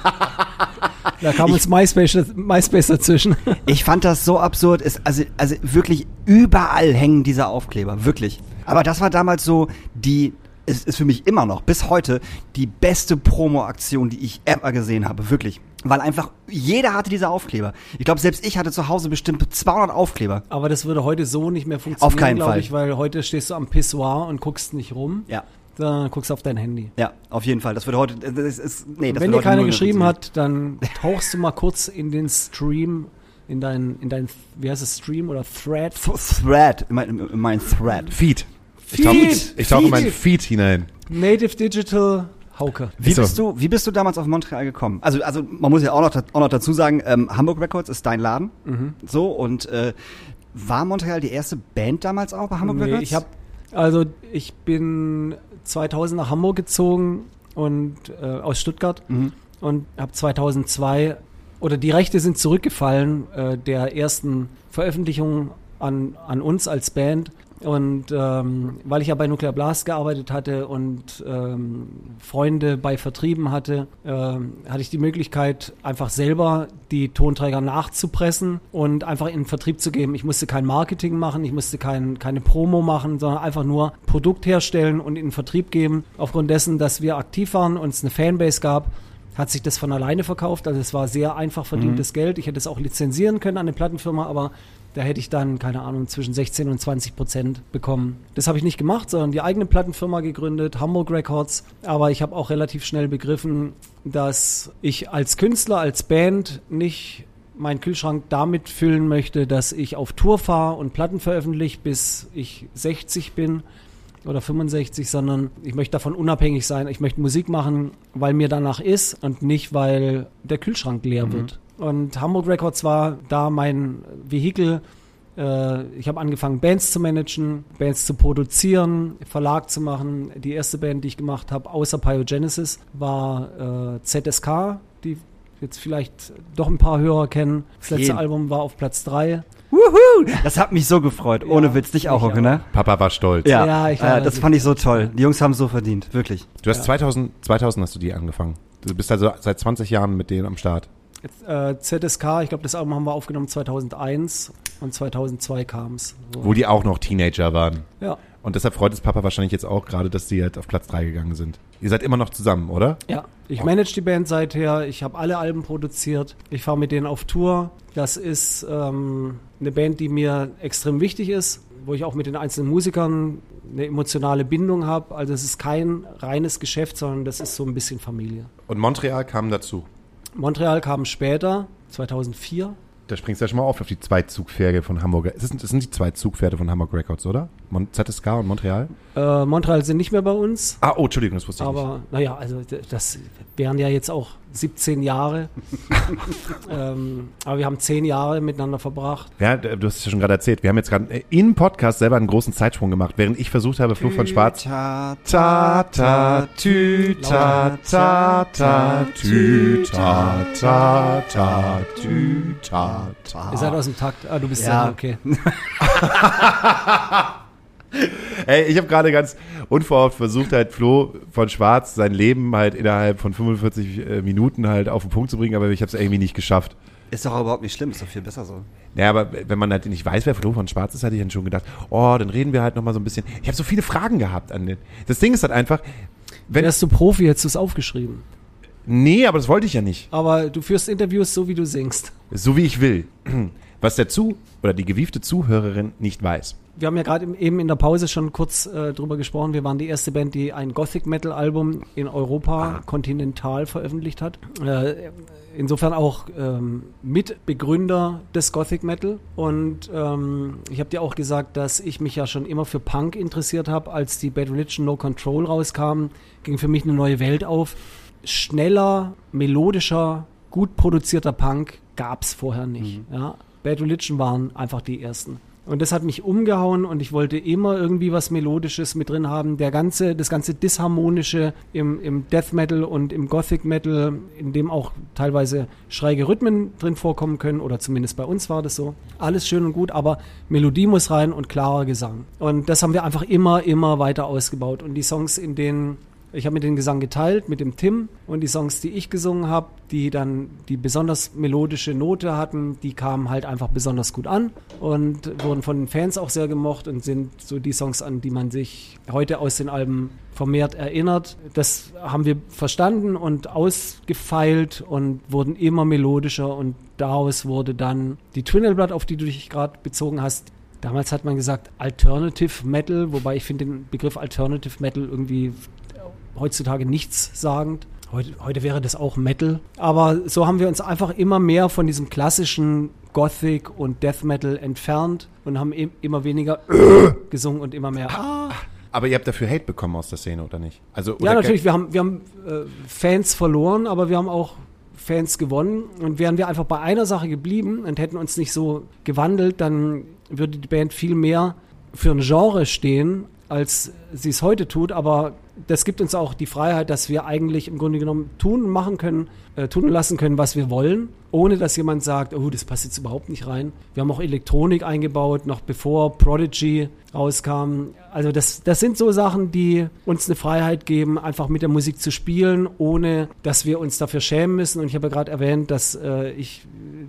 Da kam uns MySpace dazwischen. Ich fand das so absurd. Also wirklich überall hängen diese Aufkleber. Wirklich. Aber das war damals so es ist für mich immer noch, bis heute, die beste Promo-Aktion, die ich ever gesehen habe. Wirklich. Weil einfach, jeder hatte diese Aufkleber. Ich glaube, selbst ich hatte zu Hause bestimmt 200 Aufkleber. Aber das würde heute so nicht mehr funktionieren, Auf keinen glaube Fall. ich, weil heute stehst du am Pissoir und guckst nicht rum, Ja. sondern guckst auf dein Handy. Ja, auf jeden Fall. Das würde heute, das Wenn würde dir heute keiner nur mehr geschrieben funktionieren. hat, dann tauchst du mal kurz in den Stream, in dein, wie heißt es, Stream oder Thread? Thread, mein Thread. Feed. Feed. Ich tauche in meinen Feed. Feed hinein. Native Digital Hauke. Wie So. bist du damals auf Montreal gekommen? Also man muss ja auch noch dazu sagen, Hamburg Records ist dein Laden. So, und war Montreal die erste Band damals auch bei Hamburg Records? Ich bin 2000 nach Hamburg gezogen und aus Stuttgart und habe 2002 die Rechte sind zurückgefallen der ersten Veröffentlichung an uns als Band. Und weil ich ja bei Nuclear Blast gearbeitet hatte und Freunde bei Vertrieben hatte, hatte ich die Möglichkeit, einfach selber die Tonträger nachzupressen und einfach in den Vertrieb zu geben. Ich musste kein Marketing machen, ich musste keine Promo machen, sondern einfach nur Produkt herstellen und in den Vertrieb geben. Aufgrund dessen, dass wir aktiv waren und es eine Fanbase gab, hat sich das von alleine verkauft. Also es war sehr einfach verdientes Geld. Ich hätte es auch lizenzieren können an eine Plattenfirma, aber da hätte ich dann, keine Ahnung, zwischen 16 und 20% bekommen. Das habe ich nicht gemacht, sondern die eigene Plattenfirma gegründet, Hamburg Records. Aber ich habe auch relativ schnell begriffen, dass ich als Künstler, als Band nicht meinen Kühlschrank damit füllen möchte, dass ich auf Tour fahre und Platten veröffentliche, bis ich 60 bin oder 65, sondern ich möchte davon unabhängig sein. Ich möchte Musik machen, weil mir danach ist und nicht, weil der Kühlschrank leer wird. Und Hamburg Records war da mein Vehikel. Ich habe angefangen, Bands zu managen, Bands zu produzieren, Verlag zu machen. Die erste Band, die ich gemacht habe, außer Pyogenesis, war ZSK, die jetzt vielleicht doch ein paar Hörer kennen. Das letzte Album war auf Platz 3. Wuhu! Das hat mich so gefreut. Ohne Witz, dich auch, okay, ne? Papa war stolz. Ja, das fand ich so toll. Die Jungs haben es so verdient, wirklich. Du hast 2000 hast du die angefangen. Du bist also seit 20 Jahren mit denen am Start. ZSK, ich glaube, das Album haben wir aufgenommen 2001 und 2002 kam es. So. Wo die auch noch Teenager waren. Ja. Und deshalb freut es Papa wahrscheinlich jetzt auch gerade, dass die halt auf Platz 3 gegangen sind. Ihr seid immer noch zusammen, oder? Ja, ich manage die Band seither, ich habe alle Alben produziert, ich fahre mit denen auf Tour. Das ist eine Band, die mir extrem wichtig ist, wo ich auch mit den einzelnen Musikern eine emotionale Bindung habe. Also es ist kein reines Geschäft, sondern das ist so ein bisschen Familie. Und Montreal kam dazu? Montreal kam später, 2004. Da springst du ja schon mal auf die zwei Zugpferde von Hamburg. Das sind die zwei Zugpferde von Hamburg Records, oder? ZSK und Montreal? Montreal sind nicht mehr bei uns. Oh, Entschuldigung, das wusste ich nicht. Aber naja, also das wären ja jetzt auch 17 Jahre. Aber wir haben 10 Jahre miteinander verbracht. Ja, du hast es ja schon gerade erzählt. Wir haben jetzt gerade im Podcast selber einen großen Zeitsprung gemacht, während ich versucht habe, Flo von Schwarz. Ta ta tü ta ta ta tü ta ta ta tü ta ta. Ihr seid aus dem Takt. Ah, du bist ja okay. Ey, ich habe gerade ganz unverhofft versucht, halt Flo von Schwarz sein Leben halt innerhalb von 45 Minuten halt auf den Punkt zu bringen, aber ich habe es irgendwie nicht geschafft. Ist doch überhaupt nicht schlimm, ist doch viel besser so. Ja, aber wenn man halt nicht weiß, wer Flo von Schwarz ist, hatte ich dann schon gedacht, dann reden wir halt nochmal so ein bisschen. Ich habe so viele Fragen gehabt an den. Das Ding ist halt einfach, wärst du Profi, hättest du es aufgeschrieben. Nee, aber das wollte ich ja nicht. Aber du führst Interviews so, wie du singst. So wie ich will. Was die gewiefte Zuhörerin nicht weiß. Wir haben ja gerade eben in der Pause schon kurz drüber gesprochen. Wir waren die erste Band, die ein Gothic-Metal-Album in Europa kontinental veröffentlicht hat. Insofern auch Mitbegründer des Gothic-Metal. Und ich habe dir auch gesagt, dass ich mich ja schon immer für Punk interessiert habe. Als die Bad Religion No Control rauskam, ging für mich eine neue Welt auf. Schneller, melodischer, gut produzierter Punk gab es vorher nicht. Ja? Bad Religion waren einfach die ersten. Und das hat mich umgehauen und ich wollte immer irgendwie was Melodisches mit drin haben. Das ganze Disharmonische im Death Metal und im Gothic Metal, in dem auch teilweise schräge Rhythmen drin vorkommen können, oder zumindest bei uns war das so. Alles schön und gut, aber Melodie muss rein und klarer Gesang. Und das haben wir einfach immer weiter ausgebaut. Und die Songs, ich habe mir den Gesang geteilt mit dem Tim, und die Songs, die ich gesungen habe, die dann die besonders melodische Note hatten, die kamen halt einfach besonders gut an und wurden von den Fans auch sehr gemocht und sind so die Songs, an die man sich heute aus den Alben vermehrt erinnert. Das haben wir verstanden und ausgefeilt und wurden immer melodischer, und daraus wurde dann die Twin Blood, auf die du dich gerade bezogen hast. Damals hat man gesagt Alternative Metal, wobei ich finde den Begriff Alternative Metal irgendwie heutzutage nichtssagend. Heute wäre das auch Metal. Aber so haben wir uns einfach immer mehr von diesem klassischen Gothic und Death Metal entfernt und haben immer weniger gesungen und immer mehr. Aber ihr habt dafür Hate bekommen aus der Szene, oder nicht? Also, ja, natürlich. Wir haben Fans verloren, aber wir haben auch Fans gewonnen. Und wären wir einfach bei einer Sache geblieben und hätten uns nicht so gewandelt, dann würde die Band viel mehr für ein Genre stehen, als sie es heute tut. Aber das gibt uns auch die Freiheit, dass wir eigentlich im Grunde genommen tun und lassen können, was wir wollen, ohne dass jemand sagt, oh, das passt jetzt überhaupt nicht rein. Wir haben auch Elektronik eingebaut, noch bevor Prodigy rauskam. Also das sind so Sachen, die uns eine Freiheit geben, einfach mit der Musik zu spielen, ohne dass wir uns dafür schämen müssen. Und ich habe ja gerade erwähnt, dass ich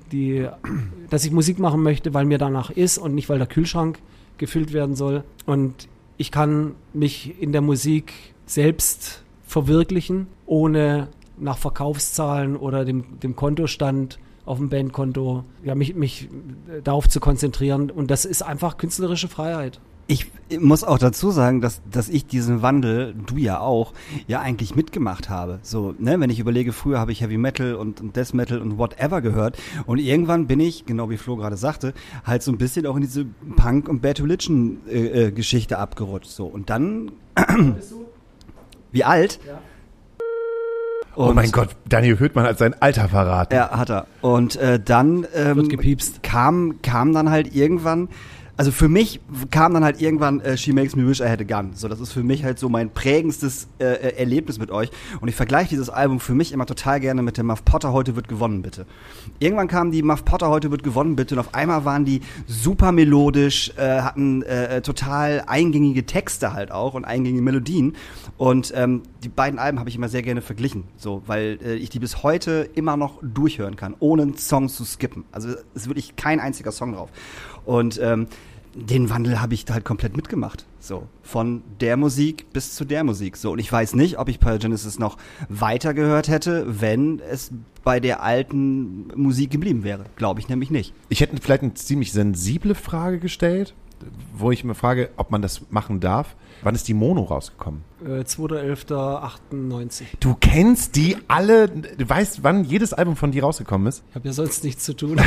Musik machen möchte, weil mir danach ist und nicht, weil der Kühlschrank gefüllt werden soll. Und ich kann mich in der Musik selbst verwirklichen, ohne nach Verkaufszahlen oder dem Kontostand auf dem Bandkonto, ja, mich darauf zu konzentrieren. Und das ist einfach künstlerische Freiheit. Ich muss auch dazu sagen, dass ich diesen Wandel, du ja auch, ja eigentlich mitgemacht habe. So, ne, wenn ich überlege, früher habe ich Heavy Metal und Death Metal und whatever gehört und irgendwann bin ich, genau wie Flo gerade sagte, halt so ein bisschen auch in diese Punk- und Bad Religion Geschichte abgerutscht. So, und dann wie alt? Ja. Oh mein Gott, Daniel Höhtmann hat sein Alter verraten. Ja, hat er. Und dann Wird gepiepst. kam dann halt irgendwann, also für mich kam dann halt irgendwann She Makes Me Wish I Had a Gun. So, das ist für mich halt so mein prägendstes Erlebnis mit euch. Und ich vergleiche dieses Album für mich immer total gerne mit der Muff Potter Heute wird gewonnen, bitte. Irgendwann kam die Muff Potter Heute wird gewonnen, bitte. Und auf einmal waren die super melodisch, hatten total eingängige Texte halt auch und eingängige Melodien. Und die beiden Alben habe ich immer sehr gerne verglichen, so, weil ich die bis heute immer noch durchhören kann, ohne einen Song zu skippen. Also es ist wirklich kein einziger Song drauf. Und den Wandel habe ich halt komplett mitgemacht. So, von der Musik bis zu der Musik. So, und ich weiß nicht, ob ich Pyrogenesis noch weiter gehört hätte, wenn es bei der alten Musik geblieben wäre. Glaube ich nämlich nicht. Ich hätte vielleicht eine ziemlich sensible Frage gestellt, wo ich mir frage, ob man das machen darf. Wann ist die Mono rausgekommen? 2.11.98. Du kennst die alle, du weißt, wann jedes Album von dir rausgekommen ist? Ich habe ja sonst nichts zu tun.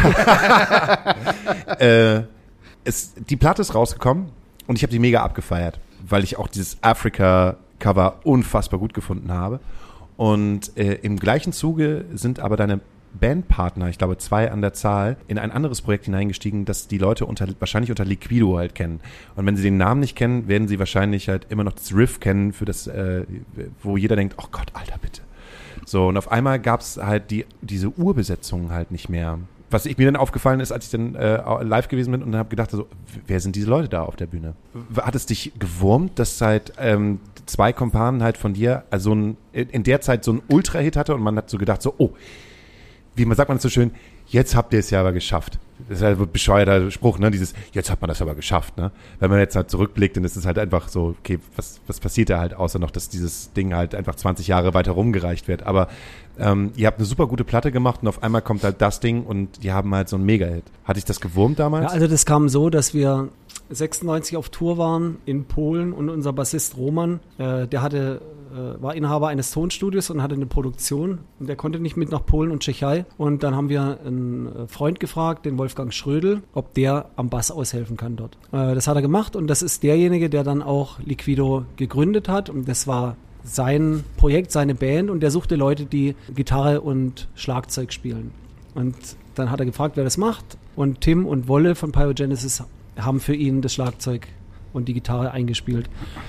Die Platte ist rausgekommen und ich habe die mega abgefeiert, weil ich auch dieses Africa-Cover unfassbar gut gefunden habe. Und im gleichen Zuge sind aber deine Bandpartner, ich glaube 2 an der Zahl, in ein anderes Projekt hineingestiegen, das die Leute wahrscheinlich unter Liquido halt kennen. Und wenn sie den Namen nicht kennen, werden sie wahrscheinlich halt immer noch das Riff kennen, für das, wo jeder denkt, oh Gott, Alter, bitte. So, und auf einmal gab es halt diese Urbesetzung halt nicht mehr. Was mir dann aufgefallen ist, als ich dann live gewesen bin und habe gedacht, also, wer sind diese Leute da auf der Bühne? Hat es dich gewurmt, dass halt 2 Kumpanen halt von dir also in der Zeit so einen Ultra-Hit hatte und man hat so gedacht, so, oh, wie sagt man das so schön, jetzt habt ihr es ja aber geschafft. Das ist halt ein bescheuerter Spruch, ne? Dieses, jetzt hat man das aber geschafft, ne? Wenn man jetzt halt zurückblickt, dann ist es halt einfach so, okay, was passiert da halt, außer noch, dass dieses Ding halt einfach 20 Jahre weiter rumgereicht wird. Aber ihr habt eine super gute Platte gemacht und auf einmal kommt halt das Ding und die haben halt so einen Mega-Hit. Hatte ich das gewurmt damals? Ja, also das kam so, dass wir 96 auf Tour waren in Polen und unser Bassist Roman, der war Inhaber eines Tonstudios und hatte eine Produktion und der konnte nicht mit nach Polen und Tschechei und dann haben wir einen Freund gefragt, den Wolfgang Schrödel, ob der am Bass aushelfen kann dort. Das hat er gemacht und das ist derjenige, der dann auch Liquido gegründet hat und das war sein Projekt, seine Band und der suchte Leute, die Gitarre und Schlagzeug spielen. Und dann hat er gefragt, wer das macht und Tim und Wolle von Pyrogenesis haben für ihn das Schlagzeug und die Gitarre eingespielt.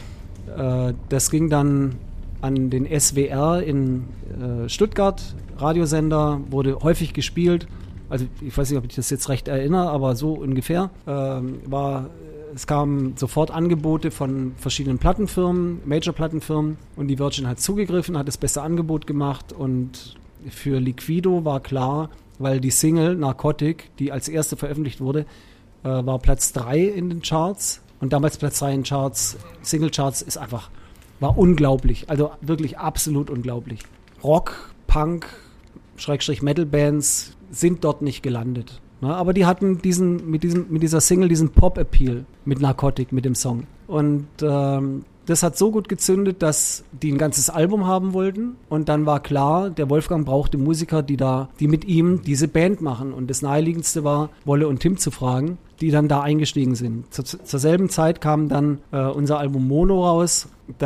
Das ging dann an den SWR in Stuttgart, Radiosender, wurde häufig gespielt. Also ich weiß nicht, ob ich das jetzt recht erinnere, aber so ungefähr. Es kamen sofort Angebote von verschiedenen Plattenfirmen, Major-Plattenfirmen und die Virgin hat zugegriffen, hat das beste Angebot gemacht und für Liquido war klar, weil die Single Narcotic, die als erste veröffentlicht wurde, war Platz 3 in den Charts und damals Platz 3 in den Charts, Single-Charts war unglaublich, also wirklich absolut unglaublich. Rock, Punk, Metal-Bands sind dort nicht gelandet. Ne? Aber die hatten mit dieser Single diesen Pop-Appeal mit Narcotic, mit dem Song. Und das hat so gut gezündet, dass die ein ganzes Album haben wollten. Und dann war klar, der Wolfgang brauchte Musiker, die mit ihm diese Band machen. Und das Naheliegendste war, Wolle und Tim zu fragen, die dann da eingestiegen sind. Zur selben Zeit kam dann unser Album Mono raus,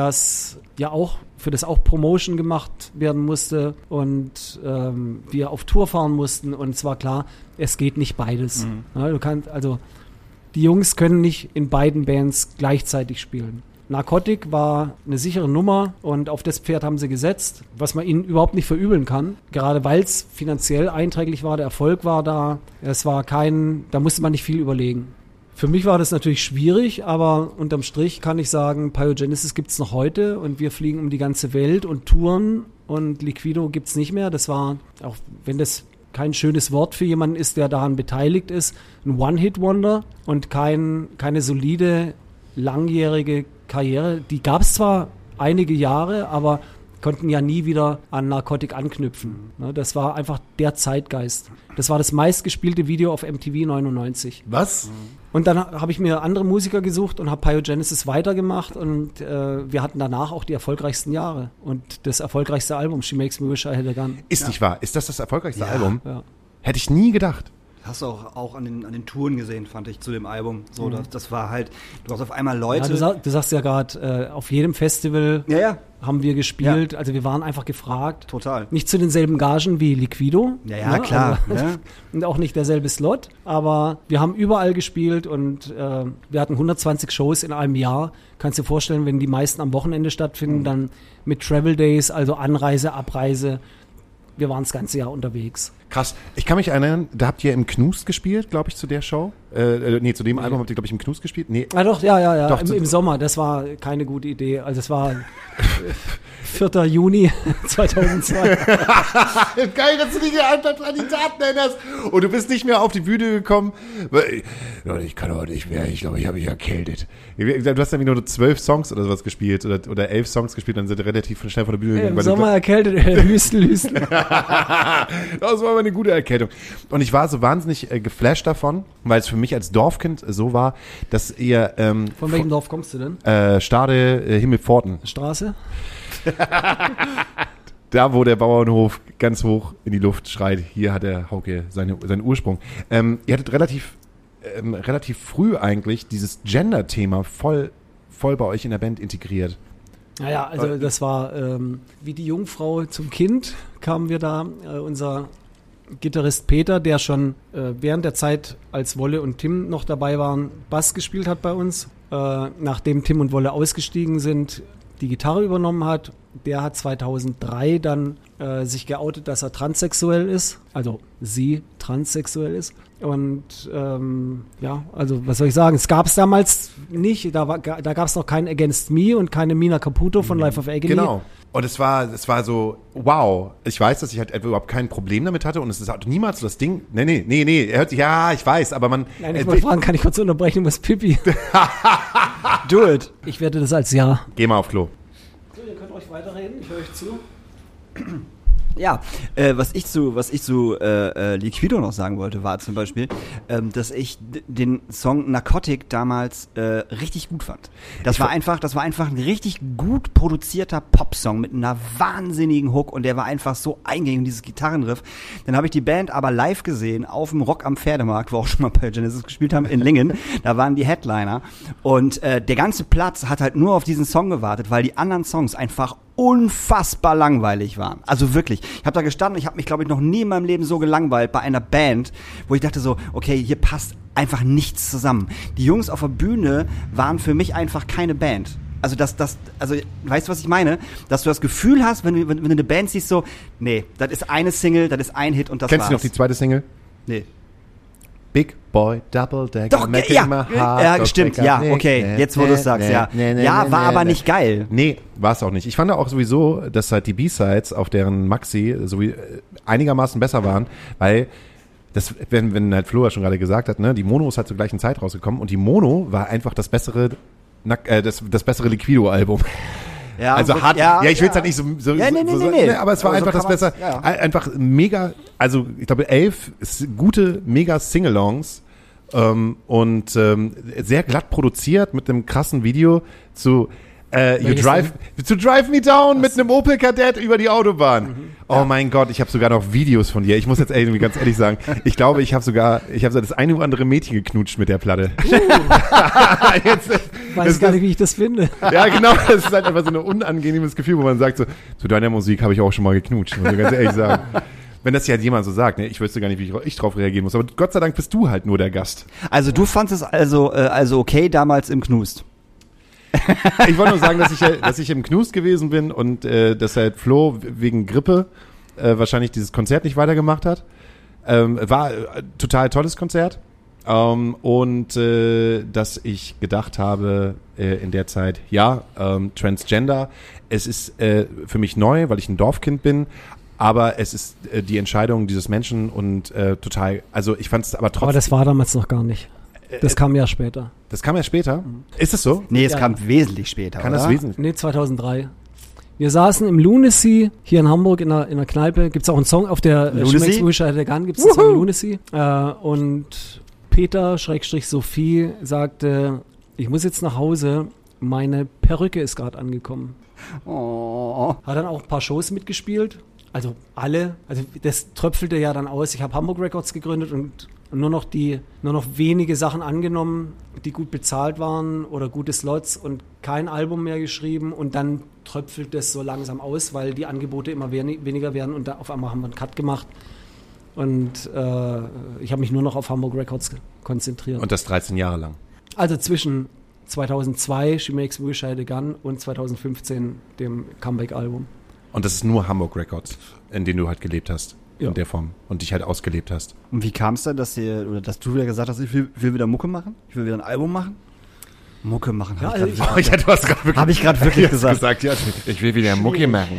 für das auch Promotion gemacht werden musste und wir auf Tour fahren mussten. Und es war klar, es geht nicht beides. Mhm. Ja, die Jungs können nicht in beiden Bands gleichzeitig spielen. Narcotic war eine sichere Nummer und auf das Pferd haben sie gesetzt, was man ihnen überhaupt nicht verübeln kann. Gerade weil es finanziell einträglich war, der Erfolg war da. Da musste man nicht viel überlegen. Für mich war das natürlich schwierig, aber unterm Strich kann ich sagen, Pyrogenesis gibt es noch heute und wir fliegen um die ganze Welt und touren und Liquido gibt es nicht mehr. Das war, auch wenn das kein schönes Wort für jemanden ist, der daran beteiligt ist, ein One-Hit-Wonder und keine solide, langjährige Karriere. Die gab es zwar einige Jahre, aber konnten ja nie wieder an Narcotic anknüpfen. Ne, das war einfach der Zeitgeist. Das war das meistgespielte Video auf MTV 99. Was? Und dann habe ich mir andere Musiker gesucht und habe Pyogenesis weitergemacht und wir hatten danach auch die erfolgreichsten Jahre und das erfolgreichste Album, She Makes Me Wish I Had a Gun. Ist nicht wahr? Ist das erfolgreichste Ja. Album? Ja. Hätte ich nie gedacht. Hast du auch an den Touren gesehen, fand ich, zu dem Album. So, das war halt, du hast auf einmal Leute. Ja, du sagst ja gerade, auf jedem Festival Ja. haben wir gespielt, also wir waren einfach gefragt. Total. Nicht zu denselben Gagen wie Liquido. Ja, klar. Also, Ja. Und auch nicht derselbe Slot, aber wir haben überall gespielt und wir hatten 120 Shows in einem Jahr. Kannst dir vorstellen, wenn die meisten am Wochenende stattfinden, dann mit Travel Days, also Anreise, Abreise. Wir waren das ganze Jahr unterwegs. Krass. Ich kann mich erinnern, da habt ihr im Knust gespielt, glaube ich, zu der Show. Zu dem Album habt ihr, glaube ich, im Knust gespielt. Nee. Ah doch, ja. Doch, Im Sommer, das war keine gute Idee. Also es war 4. Juni 2002. Geil, dass du dich einfach an die Daten erinnerst. Und du bist nicht mehr auf die Bühne gekommen. Ich kann aber nicht mehr. Ich glaube, ich habe mich erkältet. Du hast dann nur 12 Songs oder sowas gespielt oder 11 Songs gespielt, dann sind wir relativ schnell von der Bühne gegangen. Im Sommer erkältet, Hüstel. Das war aber eine gute Erkältung. Und ich war so wahnsinnig geflasht davon, weil es für mich als Dorfkind so war, dass ihr Von welchem Dorf kommst du denn? Stade Himmelpforten. Straße? Da, wo der Bauernhof ganz hoch in die Luft schreit, hier hat der Hauke seinen Ursprung. Ihr hattet relativ früh eigentlich dieses Gender-Thema voll bei euch in der Band integriert. Naja, also das war wie die Jungfrau zum Kind, kamen wir da. Unser Gitarrist Peter, der schon während der Zeit, als Wolle und Tim noch dabei waren, Bass gespielt hat bei uns. Nachdem Tim und Wolle ausgestiegen sind, die Gitarre übernommen hat. Der hat 2003 dann sich geoutet, dass er transsexuell ist. Also sie transsexuell ist. Und also was soll ich sagen, es gab es damals nicht. Da gab es noch kein Against Me und keine Mina Caputo von Life of Agony. Genau. Und es war so, wow. Ich weiß, dass ich halt überhaupt kein Problem damit hatte und es ist auch niemals so das Ding. Nee. Er hört sich, ja, ich weiß, aber man. Nein, ich wollte fragen, kann ich kurz unterbrechen, was Pippi? Do it. Ich werde das als Ja. Geh mal auf Klo. So, ihr könnt euch weiterreden, ich höre euch zu. Ja, was ich zu Liquido noch sagen wollte, war zum Beispiel, dass ich den Song Narcotic damals richtig gut fand. Das war einfach ein richtig gut produzierter Popsong mit einer wahnsinnigen Hook und der war einfach so eingängig, dieses Gitarrenriff. Dann habe ich die Band aber live gesehen auf dem Rock am Pferdemarkt, wo auch schon mal Pyogenesis gespielt haben, in Lingen. Da waren die Headliner und der ganze Platz hat halt nur auf diesen Song gewartet, weil die anderen Songs einfach unfassbar langweilig waren. Also wirklich. Ich habe da gestanden, ich habe mich, glaube ich, noch nie in meinem Leben so gelangweilt bei einer Band, wo ich dachte so, okay, hier passt einfach nichts zusammen. Die Jungs auf der Bühne waren für mich einfach keine Band. Also weißt du, was ich meine? Dass du das Gefühl hast, wenn du eine Band siehst, so, nee, das ist eine Single, das ist ein Hit und das war's. Kennst du noch die zweite Single? Nee. Big Boy, Double Deck. Doch, ja, stimmt, ja, okay, jetzt wo du es sagst, ja. War aber nicht geil. Nee, war es auch nicht. Ich fand auch sowieso, dass halt die B-Sides auf deren Maxi so einigermaßen besser waren, weil das, wenn halt Flo ja schon gerade gesagt hat, ne, die Mono ist halt zur gleichen Zeit rausgekommen und die Mono war einfach das bessere Liquido-Album. Ja, also hart, ich will es halt nicht so nee. Aber es war einfach das Bessere. Ja. Einfach mega, also ich glaube 11 gute Mega-Singalongs und sehr glatt produziert mit einem krassen Video zu Drive Me Down mit einem Opel Kadett über die Autobahn. Oh mein Gott, ich habe sogar noch Videos von dir. Ich muss jetzt irgendwie ganz ehrlich sagen, ich glaube, ich habe das eine oder andere Mädchen geknutscht mit der Platte. Weiß gar nicht, wie ich das finde. Ja, genau, das ist halt einfach so ein unangenehmes Gefühl, wo man sagt so, zu deiner Musik habe ich auch schon mal geknutscht, muss ich ganz ehrlich sagen. Wenn das ja jemand so sagt, ne, ich wüsste gar nicht, wie ich drauf reagieren muss. Aber Gott sei Dank bist du halt nur der Gast. Also du fandest es also okay damals im Knust? Ich wollte nur sagen, dass ich im Knust gewesen bin und dass halt Flo wegen Grippe wahrscheinlich dieses Konzert nicht weitergemacht hat. War total tolles Konzert. Und dass ich gedacht habe in der Zeit, Transgender, es ist für mich neu, weil ich ein Dorfkind bin, aber es ist die Entscheidung dieses Menschen und total, also ich fand es aber trotzdem. Aber das war damals noch gar nicht. Das kam ja später. Das kam ja später? Ist es so? Nee, es kam wesentlich später, Kann oder? das wesentlich? Nee, 2003. Wir saßen im Lunacy hier in Hamburg in einer Kneipe. Gibt es auch einen Song auf der Lunacy? Schmecks Gun, gibt es einen Song Lunacy. Und Peter Sophie sagte, ich muss jetzt nach Hause, meine Perücke ist gerade angekommen. Oh. Hat dann auch ein paar Shows mitgespielt. Also alle. Also das tröpfelte ja dann aus. Ich habe Hamburg Records gegründet und nur noch wenige Sachen angenommen, die gut bezahlt waren oder gute Slots und kein Album mehr geschrieben. Und dann tröpfelt das so langsam aus, weil die Angebote immer weniger werden. Und da auf einmal haben wir einen Cut gemacht. Und ich habe mich nur noch auf Hamburg Records konzentriert. Und das 13 Jahre lang? Also zwischen 2002, She Makes Wish I Had a Gun, und 2015, dem Comeback-Album. Und das ist nur Hamburg Records, in denen du halt gelebt hast, Ja. in der Form, und dich halt ausgelebt hast. Und wie kam es dann, dass du wieder gesagt hast, ich will wieder Mucke machen? Ich will wieder ein Album machen? Mucke machen, Ja, habe also ich gerade wirklich gesagt. Ja, ich will wieder Mucke machen.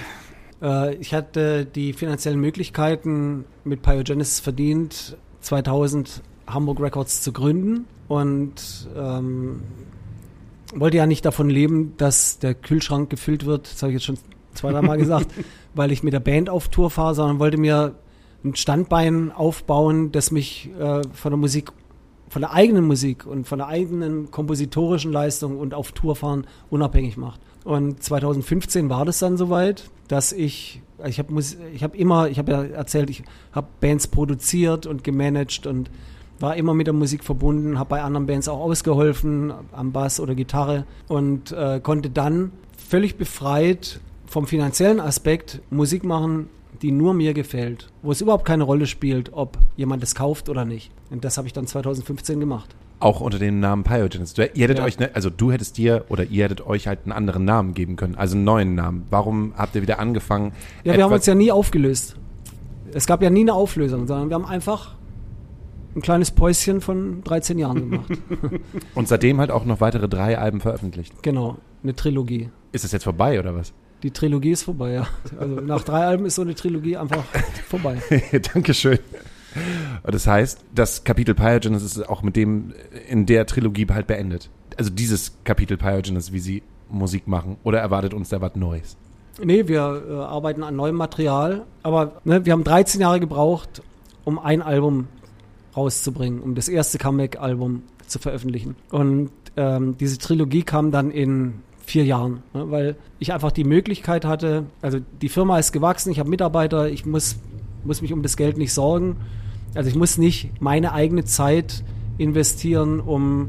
Ich hatte die finanziellen Möglichkeiten mit Pyogenesis verdient, 2000 Hamburg Records zu gründen und wollte ja nicht davon leben, dass der Kühlschrank gefüllt wird, das habe ich jetzt schon 2-3 Mal gesagt, weil ich mit der Band auf Tour fahre, sondern wollte mir ein Standbein aufbauen, das mich von der Musik, von der eigenen Musik und von der eigenen kompositorischen Leistung und auf Tour fahren unabhängig macht. Und 2015 war das dann soweit, dass ich habe ja erzählt, ich habe Bands produziert und gemanagt und war immer mit der Musik verbunden, habe bei anderen Bands auch ausgeholfen, am Bass oder Gitarre und konnte dann völlig befreit vom finanziellen Aspekt Musik machen, die nur mir gefällt, wo es überhaupt keine Rolle spielt, ob jemand es kauft oder nicht. Und das habe ich dann 2015 gemacht. Auch unter dem Namen Pyogenesis. Ihr hättet euch, du hättest ihr hättet euch halt einen anderen Namen geben können, also einen neuen Namen. Warum habt ihr wieder angefangen? Ja, wir haben uns ja nie aufgelöst. Es gab ja nie eine Auflösung, sondern wir haben einfach ein kleines Päuschen von 13 Jahren gemacht. Und seitdem halt auch noch weitere 3 Alben veröffentlicht. Genau, eine Trilogie. Ist das jetzt vorbei oder was? Die Trilogie ist vorbei, ja. Also nach 3 Alben ist so eine Trilogie einfach vorbei. Dankeschön. Und das heißt, das Kapitel Pyogenesis ist auch mit dem in der Trilogie halt beendet. Also dieses Kapitel Pyogenesis, wie sie Musik machen. Oder erwartet uns da was Neues? Nee, wir arbeiten an neuem Material. Aber wir haben 13 Jahre gebraucht, um ein Album rauszubringen, um das erste Comeback-Album zu veröffentlichen. Und diese Trilogie kam dann in 4 Jahren, weil ich einfach die Möglichkeit hatte, also die Firma ist gewachsen, ich habe Mitarbeiter, ich muss mich um das Geld nicht sorgen. Also ich muss nicht meine eigene Zeit investieren, um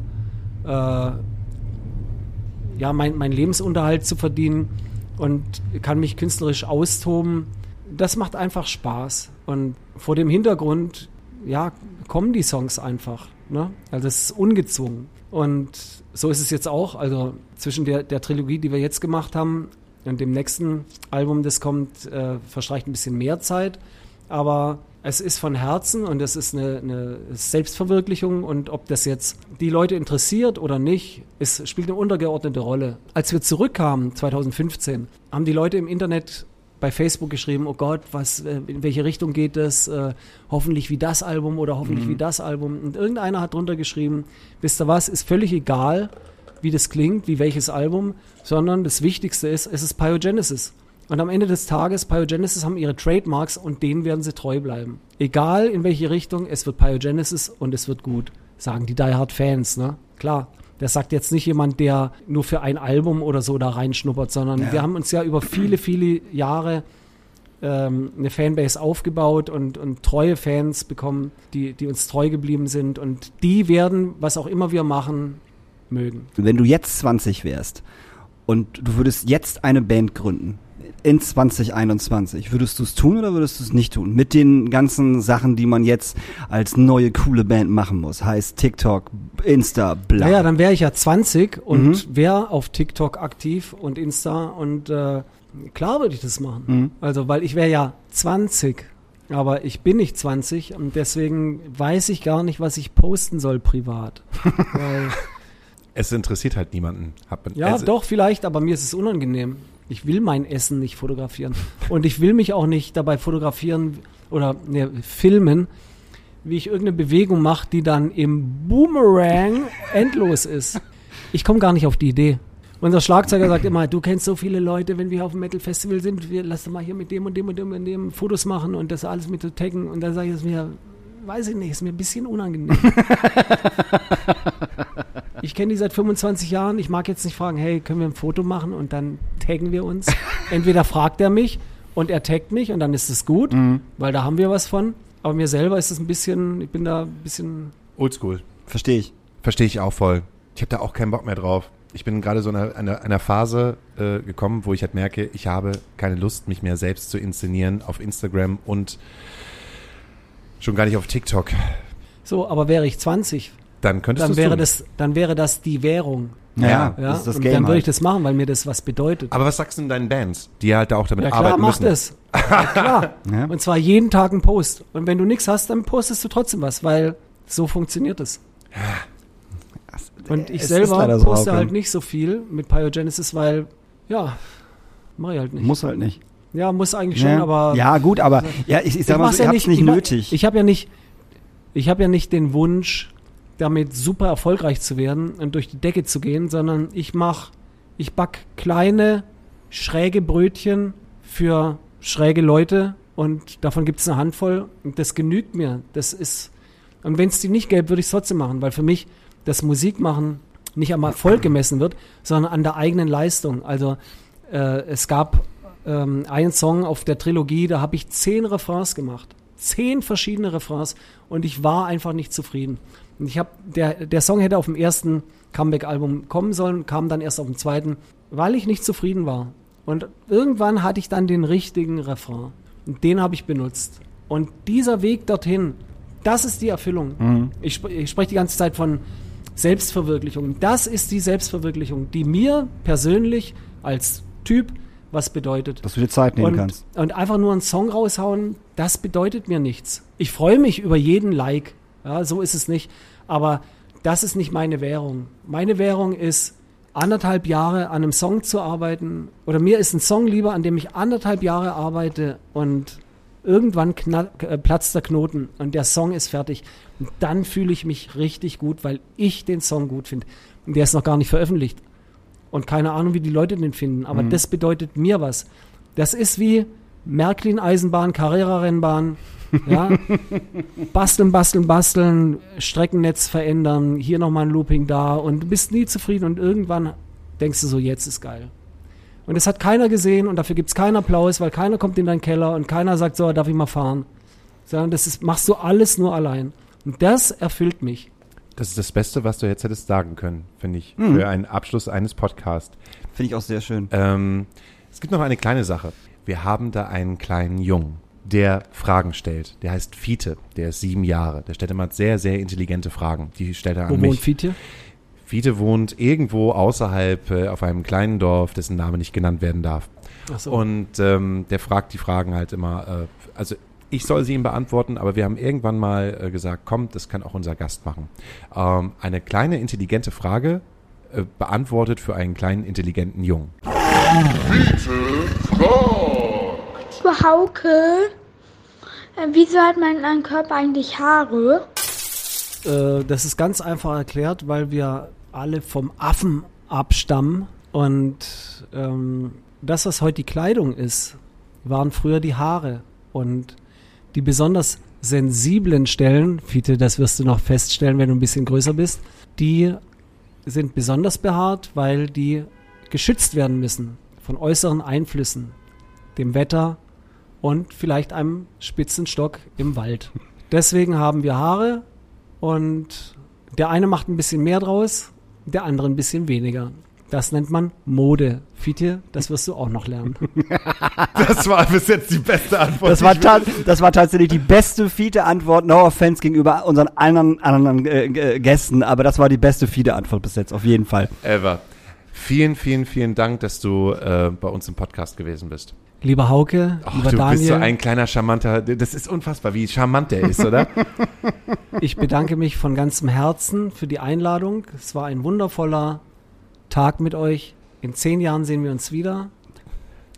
meinen Lebensunterhalt zu verdienen und kann mich künstlerisch austoben. Das macht einfach Spaß. Und vor dem Hintergrund, kommen die Songs einfach. Ne? Also es ist ungezwungen. Und so ist es jetzt auch. Also zwischen der Trilogie, die wir jetzt gemacht haben, und dem nächsten Album, das kommt, verstreicht ein bisschen mehr Zeit. Aber es ist von Herzen und es ist eine Selbstverwirklichung. Und ob das jetzt die Leute interessiert oder nicht, es spielt eine untergeordnete Rolle. Als wir zurückkamen, 2015, haben die Leute im Internet bei Facebook geschrieben, oh Gott, in welche Richtung geht das? Hoffentlich wie das Album oder hoffentlich wie das Album. Und irgendeiner hat drunter geschrieben, wisst ihr was, ist völlig egal, wie das klingt, wie welches Album, sondern das Wichtigste ist, es ist Pyogenesis. Und am Ende des Tages, Pyogenesis haben ihre Trademarks und denen werden sie treu bleiben. Egal in welche Richtung, es wird Pyogenesis und es wird gut, sagen die Die Hard Fans, ne? Klar. Das sagt jetzt nicht jemand, der nur für ein Album oder so da reinschnuppert, sondern wir haben uns ja über viele, viele Jahre eine Fanbase aufgebaut und treue Fans bekommen, die uns treu geblieben sind. Und die werden, was auch immer wir machen, mögen. Wenn du jetzt 20 wärst und du würdest jetzt eine Band gründen, in 2021, würdest du es tun oder würdest du es nicht tun? Mit den ganzen Sachen, die man jetzt als neue, coole Band machen muss. Heißt TikTok, Insta, bla. Naja, dann wäre ich ja 20 und wäre auf TikTok aktiv und Insta und klar würde ich das machen. Also, weil ich wäre ja 20, aber ich bin nicht 20 und deswegen weiß ich gar nicht, was ich posten soll privat. Weil, es interessiert halt niemanden. Doch, vielleicht, aber mir ist es unangenehm. Ich will mein Essen nicht fotografieren. Und ich will mich auch nicht dabei fotografieren oder filmen, wie ich irgendeine Bewegung mache, die dann im Boomerang endlos ist. Ich komme gar nicht auf die Idee. Unser Schlagzeuger sagt immer, du kennst so viele Leute, wenn wir auf dem Metal-Festival sind, lass doch mal hier mit dem und dem und dem und dem Fotos machen und das alles mit taggen. Und dann sage ich, das ist mir, weiß ich nicht, ist mir ein bisschen unangenehm. Ich kenne die seit 25 Jahren, ich mag jetzt nicht fragen, hey, können wir ein Foto machen und dann taggen wir uns. Entweder fragt er mich und er taggt mich und dann ist es gut, weil da haben wir was von. Aber mir selber ist es ein bisschen, ich bin da ein bisschen... Oldschool. Verstehe ich. Verstehe ich auch voll. Ich habe da auch keinen Bock mehr drauf. Ich bin gerade so in einer Phase gekommen, wo ich halt merke, ich habe keine Lust, mich mehr selbst zu inszenieren auf Instagram und schon gar nicht auf TikTok. So, aber wäre ich 20, Dann könntest du dann wäre das die Währung. Ja, Ja? das ist das Und Game dann würde ich halt. das machen, weil mir das was bedeutet. Aber was sagst du in deinen Bands, die halt da auch damit Ja klar, arbeiten mach müssen? das. Ja, klar. Ja. Und zwar jeden Tag ein Post. Und wenn du nichts hast, dann postest du trotzdem was, weil so funktioniert es. Und ich Es selber ist leider so, poste Hauke. halt nicht so viel mit Pyogenesis, weil, ja, mache ich halt nicht. Muss halt nicht. Ja, muss eigentlich schon, aber... Ja, gut, aber ich sag mal mach's so, ihr habt's nicht ich mach- nötig. Ich habe ja nicht den Wunsch, damit super erfolgreich zu werden und durch die Decke zu gehen, sondern ich back kleine, schräge Brötchen für schräge Leute und davon gibt es eine Handvoll und das genügt mir. Und wenn es die nicht gäbe, würde ich es trotzdem machen, weil für mich das Musikmachen nicht am Erfolg gemessen wird, sondern an der eigenen Leistung. Also es gab einen Song auf der Trilogie, da habe ich 10 Refrains gemacht. 10 verschiedene Refrains und ich war einfach nicht zufrieden. Und der Song hätte auf dem ersten Comeback-Album kommen sollen, kam dann erst auf dem zweiten, weil ich nicht zufrieden war. Und irgendwann hatte ich dann den richtigen Refrain. Und den habe ich benutzt. Und dieser Weg dorthin, das ist die Erfüllung. Ich spreche die ganze Zeit von Selbstverwirklichung. Das ist die Selbstverwirklichung, die mir persönlich als Typ was bedeutet. Dass du dir Zeit nehmen kannst. Und einfach nur einen Song raushauen, das bedeutet mir nichts. Ich freue mich über jeden Like. Ja, so ist es nicht. Aber das ist nicht meine Währung. Meine Währung ist, 1,5 Jahre an einem Song zu arbeiten. Oder mir ist ein Song lieber, an dem ich 1,5 Jahre arbeite und irgendwann platzt der Knoten und der Song ist fertig. Und dann fühle ich mich richtig gut, weil ich den Song gut finde. Und der ist noch gar nicht veröffentlicht. Und keine Ahnung, wie die Leute den finden. Aber das bedeutet mir was. Das ist wie Märklin-Eisenbahn, Carrera-Rennbahn. Ja? Basteln, Streckennetz verändern, hier nochmal ein Looping da. Und du bist nie zufrieden. Und irgendwann denkst du so, jetzt ist geil. Und das hat keiner gesehen und dafür gibt es keinen Applaus, weil keiner kommt in deinen Keller und keiner sagt, so, darf ich mal fahren. Sondern machst du alles nur allein. Und das erfüllt mich. Das ist das Beste, was du jetzt hättest sagen können, finde ich, für einen Abschluss eines Podcasts. Finde ich auch sehr schön. Es gibt noch eine kleine Sache. Wir haben da einen kleinen Jungen, der Fragen stellt. Der heißt Fiete, der ist 7 Jahre. Der stellt immer sehr, sehr intelligente Fragen. Die stellt er an mich. Wo wohnt Fiete? Fiete wohnt irgendwo außerhalb auf einem kleinen Dorf, dessen Name nicht genannt werden darf. Ach so. Und der fragt die Fragen halt immer, also ich soll sie ihm beantworten, aber wir haben irgendwann mal gesagt, komm, das kann auch unser Gast machen. Eine kleine intelligente Frage beantwortet für einen kleinen intelligenten Jungen. Hauke, wieso hat mein Körper eigentlich Haare? Das ist ganz einfach erklärt, weil wir alle vom Affen abstammen und das, was heute die Kleidung ist, waren früher die Haare und die besonders sensiblen Stellen, Fiete, das wirst du noch feststellen, wenn du ein bisschen größer bist, die sind besonders behaart, weil die geschützt werden müssen von äußeren Einflüssen, dem Wetter und vielleicht einem spitzen Stock im Wald. Deswegen haben wir Haare und der eine macht ein bisschen mehr draus, der andere ein bisschen weniger. Das nennt man Mode. Fiete, das wirst du auch noch lernen. Das war bis jetzt die beste Antwort. Das war tatsächlich die beste Fiete-Antwort. No offense gegenüber unseren anderen Gästen, aber das war die beste Fiete-Antwort bis jetzt, auf jeden Fall. Ever. Vielen, vielen, vielen Dank, dass du bei uns im Podcast gewesen bist. Lieber Hauke, lieber du Daniel, bist so ein kleiner charmanter, das ist unfassbar, wie charmant der ist, oder? ich bedanke mich von ganzem Herzen für die Einladung. Es war ein wundervoller Tag mit euch. In 10 Jahren sehen wir uns wieder.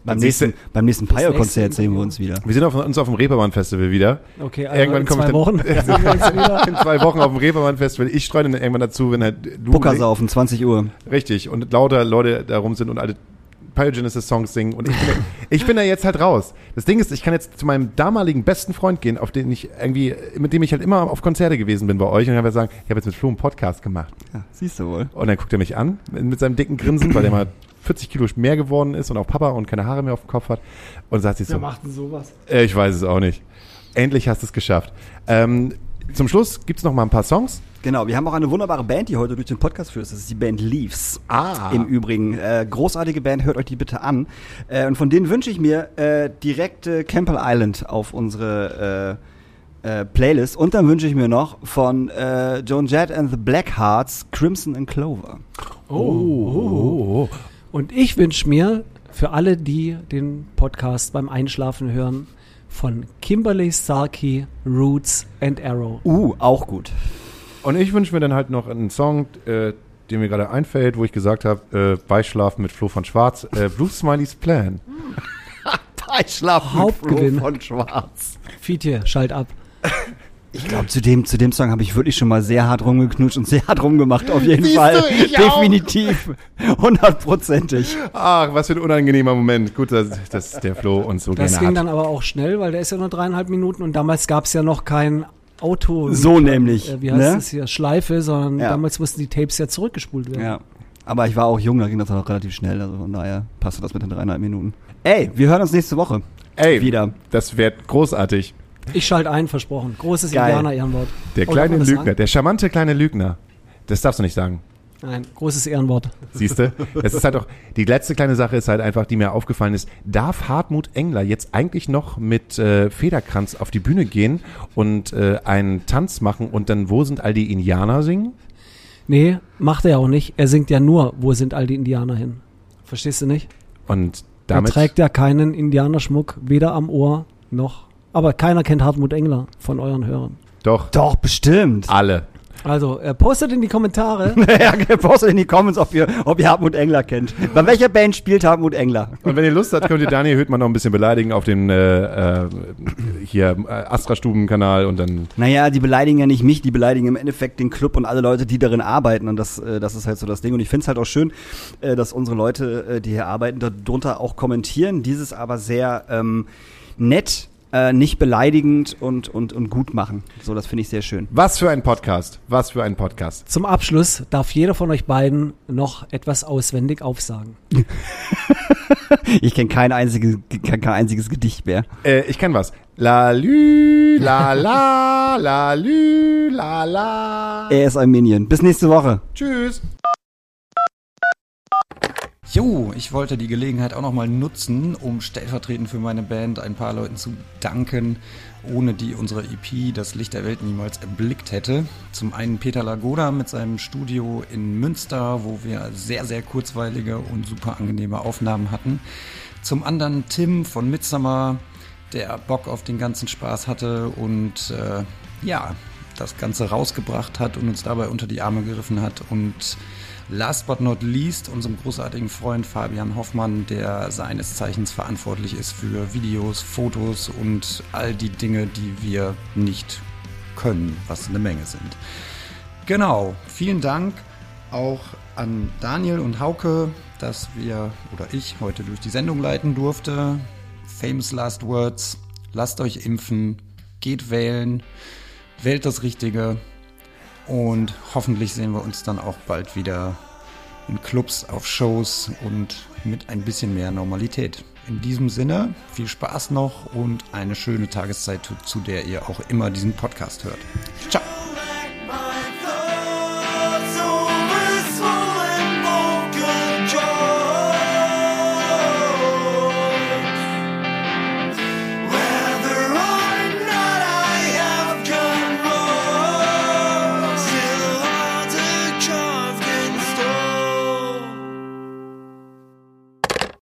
Beim nächsten Pyro-Konzert sehen wir uns wieder. Wir sind uns auf dem Reeperbahn-Festival wieder. Okay, also Irgendwann in komme 2 Wochen. In 2 Wochen auf dem Reeperbahn-Festival. Ich streue dann irgendwann dazu, wenn halt Buckersaufen, 20 Uhr. Richtig. Und lauter Leute da rum sind und alle Pyrogenesis-Songs singen. Und ich bin da jetzt halt raus. Das Ding ist, ich kann jetzt zu meinem damaligen besten Freund gehen, mit dem ich halt immer auf Konzerte gewesen bin bei euch. Und dann sagen, ich habe jetzt mit Flo einen Podcast gemacht. Ja, siehst du wohl. Und dann guckt er mich an mit seinem dicken Grinsen, weil der mal 40 Kilo mehr geworden ist und auch Papa und keine Haare mehr auf dem Kopf hat. Und sagt sich so, Wer macht denn sowas? Ich weiß es auch nicht. Endlich hast du es geschafft. Zum Schluss gibt's noch mal ein paar Songs. Genau, wir haben auch eine wunderbare Band, die heute durch den Podcast führt. Das ist die Band Leaves. Im Übrigen. Großartige Band, hört euch die bitte an. Und von denen wünsche ich mir direkt Campbell Island auf unsere Playlist. Und dann wünsche ich mir noch von Joan Jett and the Blackhearts Crimson and Clover. Oh. Und ich wünsche mir für alle, die den Podcast beim Einschlafen hören, von Kimberly Starkey, Roots and Arrow. Auch gut. Und ich wünsche mir dann halt noch einen Song, der mir gerade einfällt, wo ich gesagt habe, Beischlafen mit Flo von Schwarz, Blue Smileys Plan. Beischlafen Hauptgewinn. mit Flo von Schwarz. Fietje, schalt ab. Ich glaube, zu dem Song habe ich wirklich schon mal sehr hart rumgeknutscht und sehr hart rumgemacht, auf jeden Fall. Definitiv. 100%ig. Ach, was für ein unangenehmer Moment. Gut, dass der Flo uns so gerne hat. Das ging dann aber auch schnell, weil der ist ja nur 3,5 Minuten und damals gab es ja noch kein Auto. So nämlich. Wie heißt das hier? Schleife, sondern Ja. damals mussten die Tapes ja zurückgespult werden. Ja. Aber ich war auch jung, da ging das auch relativ schnell. Also von daher passte das mit den 3,5 Minuten. Ey, wir hören uns nächste Woche. Wieder. Das wird großartig. Ich schalte ein, versprochen. Großes Geil. Indianer-Ehrenwort. Der Oder kleine kann man das Lügner, sagen? der charmante kleine Lügner. Das darfst du nicht sagen. Nein, großes Ehrenwort. Siehst du? Das ist halt auch, die letzte kleine Sache ist halt einfach, die mir aufgefallen ist, darf Hartmut Engler jetzt eigentlich noch mit Federkranz auf die Bühne gehen und einen Tanz machen und dann Wo sind all die Indianer singen? Nee, macht er ja auch nicht. Er singt ja nur, wo sind all die Indianer hin? Verstehst du nicht? Und Er damit trägt ja keinen Indianerschmuck, weder am Ohr noch. Aber keiner kennt Hartmut Engler von euren Hörern. doch Doch, bestimmt. alle. Also, postet in die Kommentare. Ja, postet in die Comments, ob ihr Hartmut Engler kennt. Bei welcher Band spielt Hartmut Engler? Und wenn ihr Lust habt, könnt ihr Daniel Höhtmann noch ein bisschen beleidigen auf dem Astra-Stuben-Kanal und dann. Naja, die beleidigen ja nicht mich, die beleidigen im Endeffekt den Club und alle Leute, die darin arbeiten. Und das ist halt so das Ding. Und ich finde es halt auch schön, dass unsere Leute, die hier arbeiten, darunter auch kommentieren. Dieses aber sehr nett, nicht beleidigend und gut machen. So, das finde ich sehr schön. Was für ein Podcast. Was für ein Podcast. Zum Abschluss darf jeder von euch beiden noch etwas auswendig aufsagen. Ich kenne kein einziges Gedicht mehr. Ich kenne was. La lü, la la, la lü, la la. Er ist ein Minion. Bis nächste Woche. Tschüss. Jo, ich wollte die Gelegenheit auch nochmal nutzen, um stellvertretend für meine Band ein paar Leuten zu danken, ohne die unsere EP das Licht der Welt niemals erblickt hätte. Zum einen Peter Lagoda mit seinem Studio in Münster, wo wir sehr, sehr kurzweilige und super angenehme Aufnahmen hatten. Zum anderen Tim von Midsommar, der Bock auf den ganzen Spaß hatte und das Ganze rausgebracht hat und uns dabei unter die Arme gegriffen hat. Und last but not least unserem großartigen Freund Fabian Hoffmann, der seines Zeichens verantwortlich ist für Videos, Fotos und all die Dinge, die wir nicht können, was eine Menge sind. Genau, vielen Dank auch an Daniel und Hauke, dass ich heute durch die Sendung leiten durfte. Famous Last Words, lasst euch impfen, geht wählen, wählt das Richtige. Und hoffentlich sehen wir uns dann auch bald wieder in Clubs, auf Shows und mit ein bisschen mehr Normalität. In diesem Sinne, viel Spaß noch und eine schöne Tageszeit, zu der ihr auch immer diesen Podcast hört. Ciao!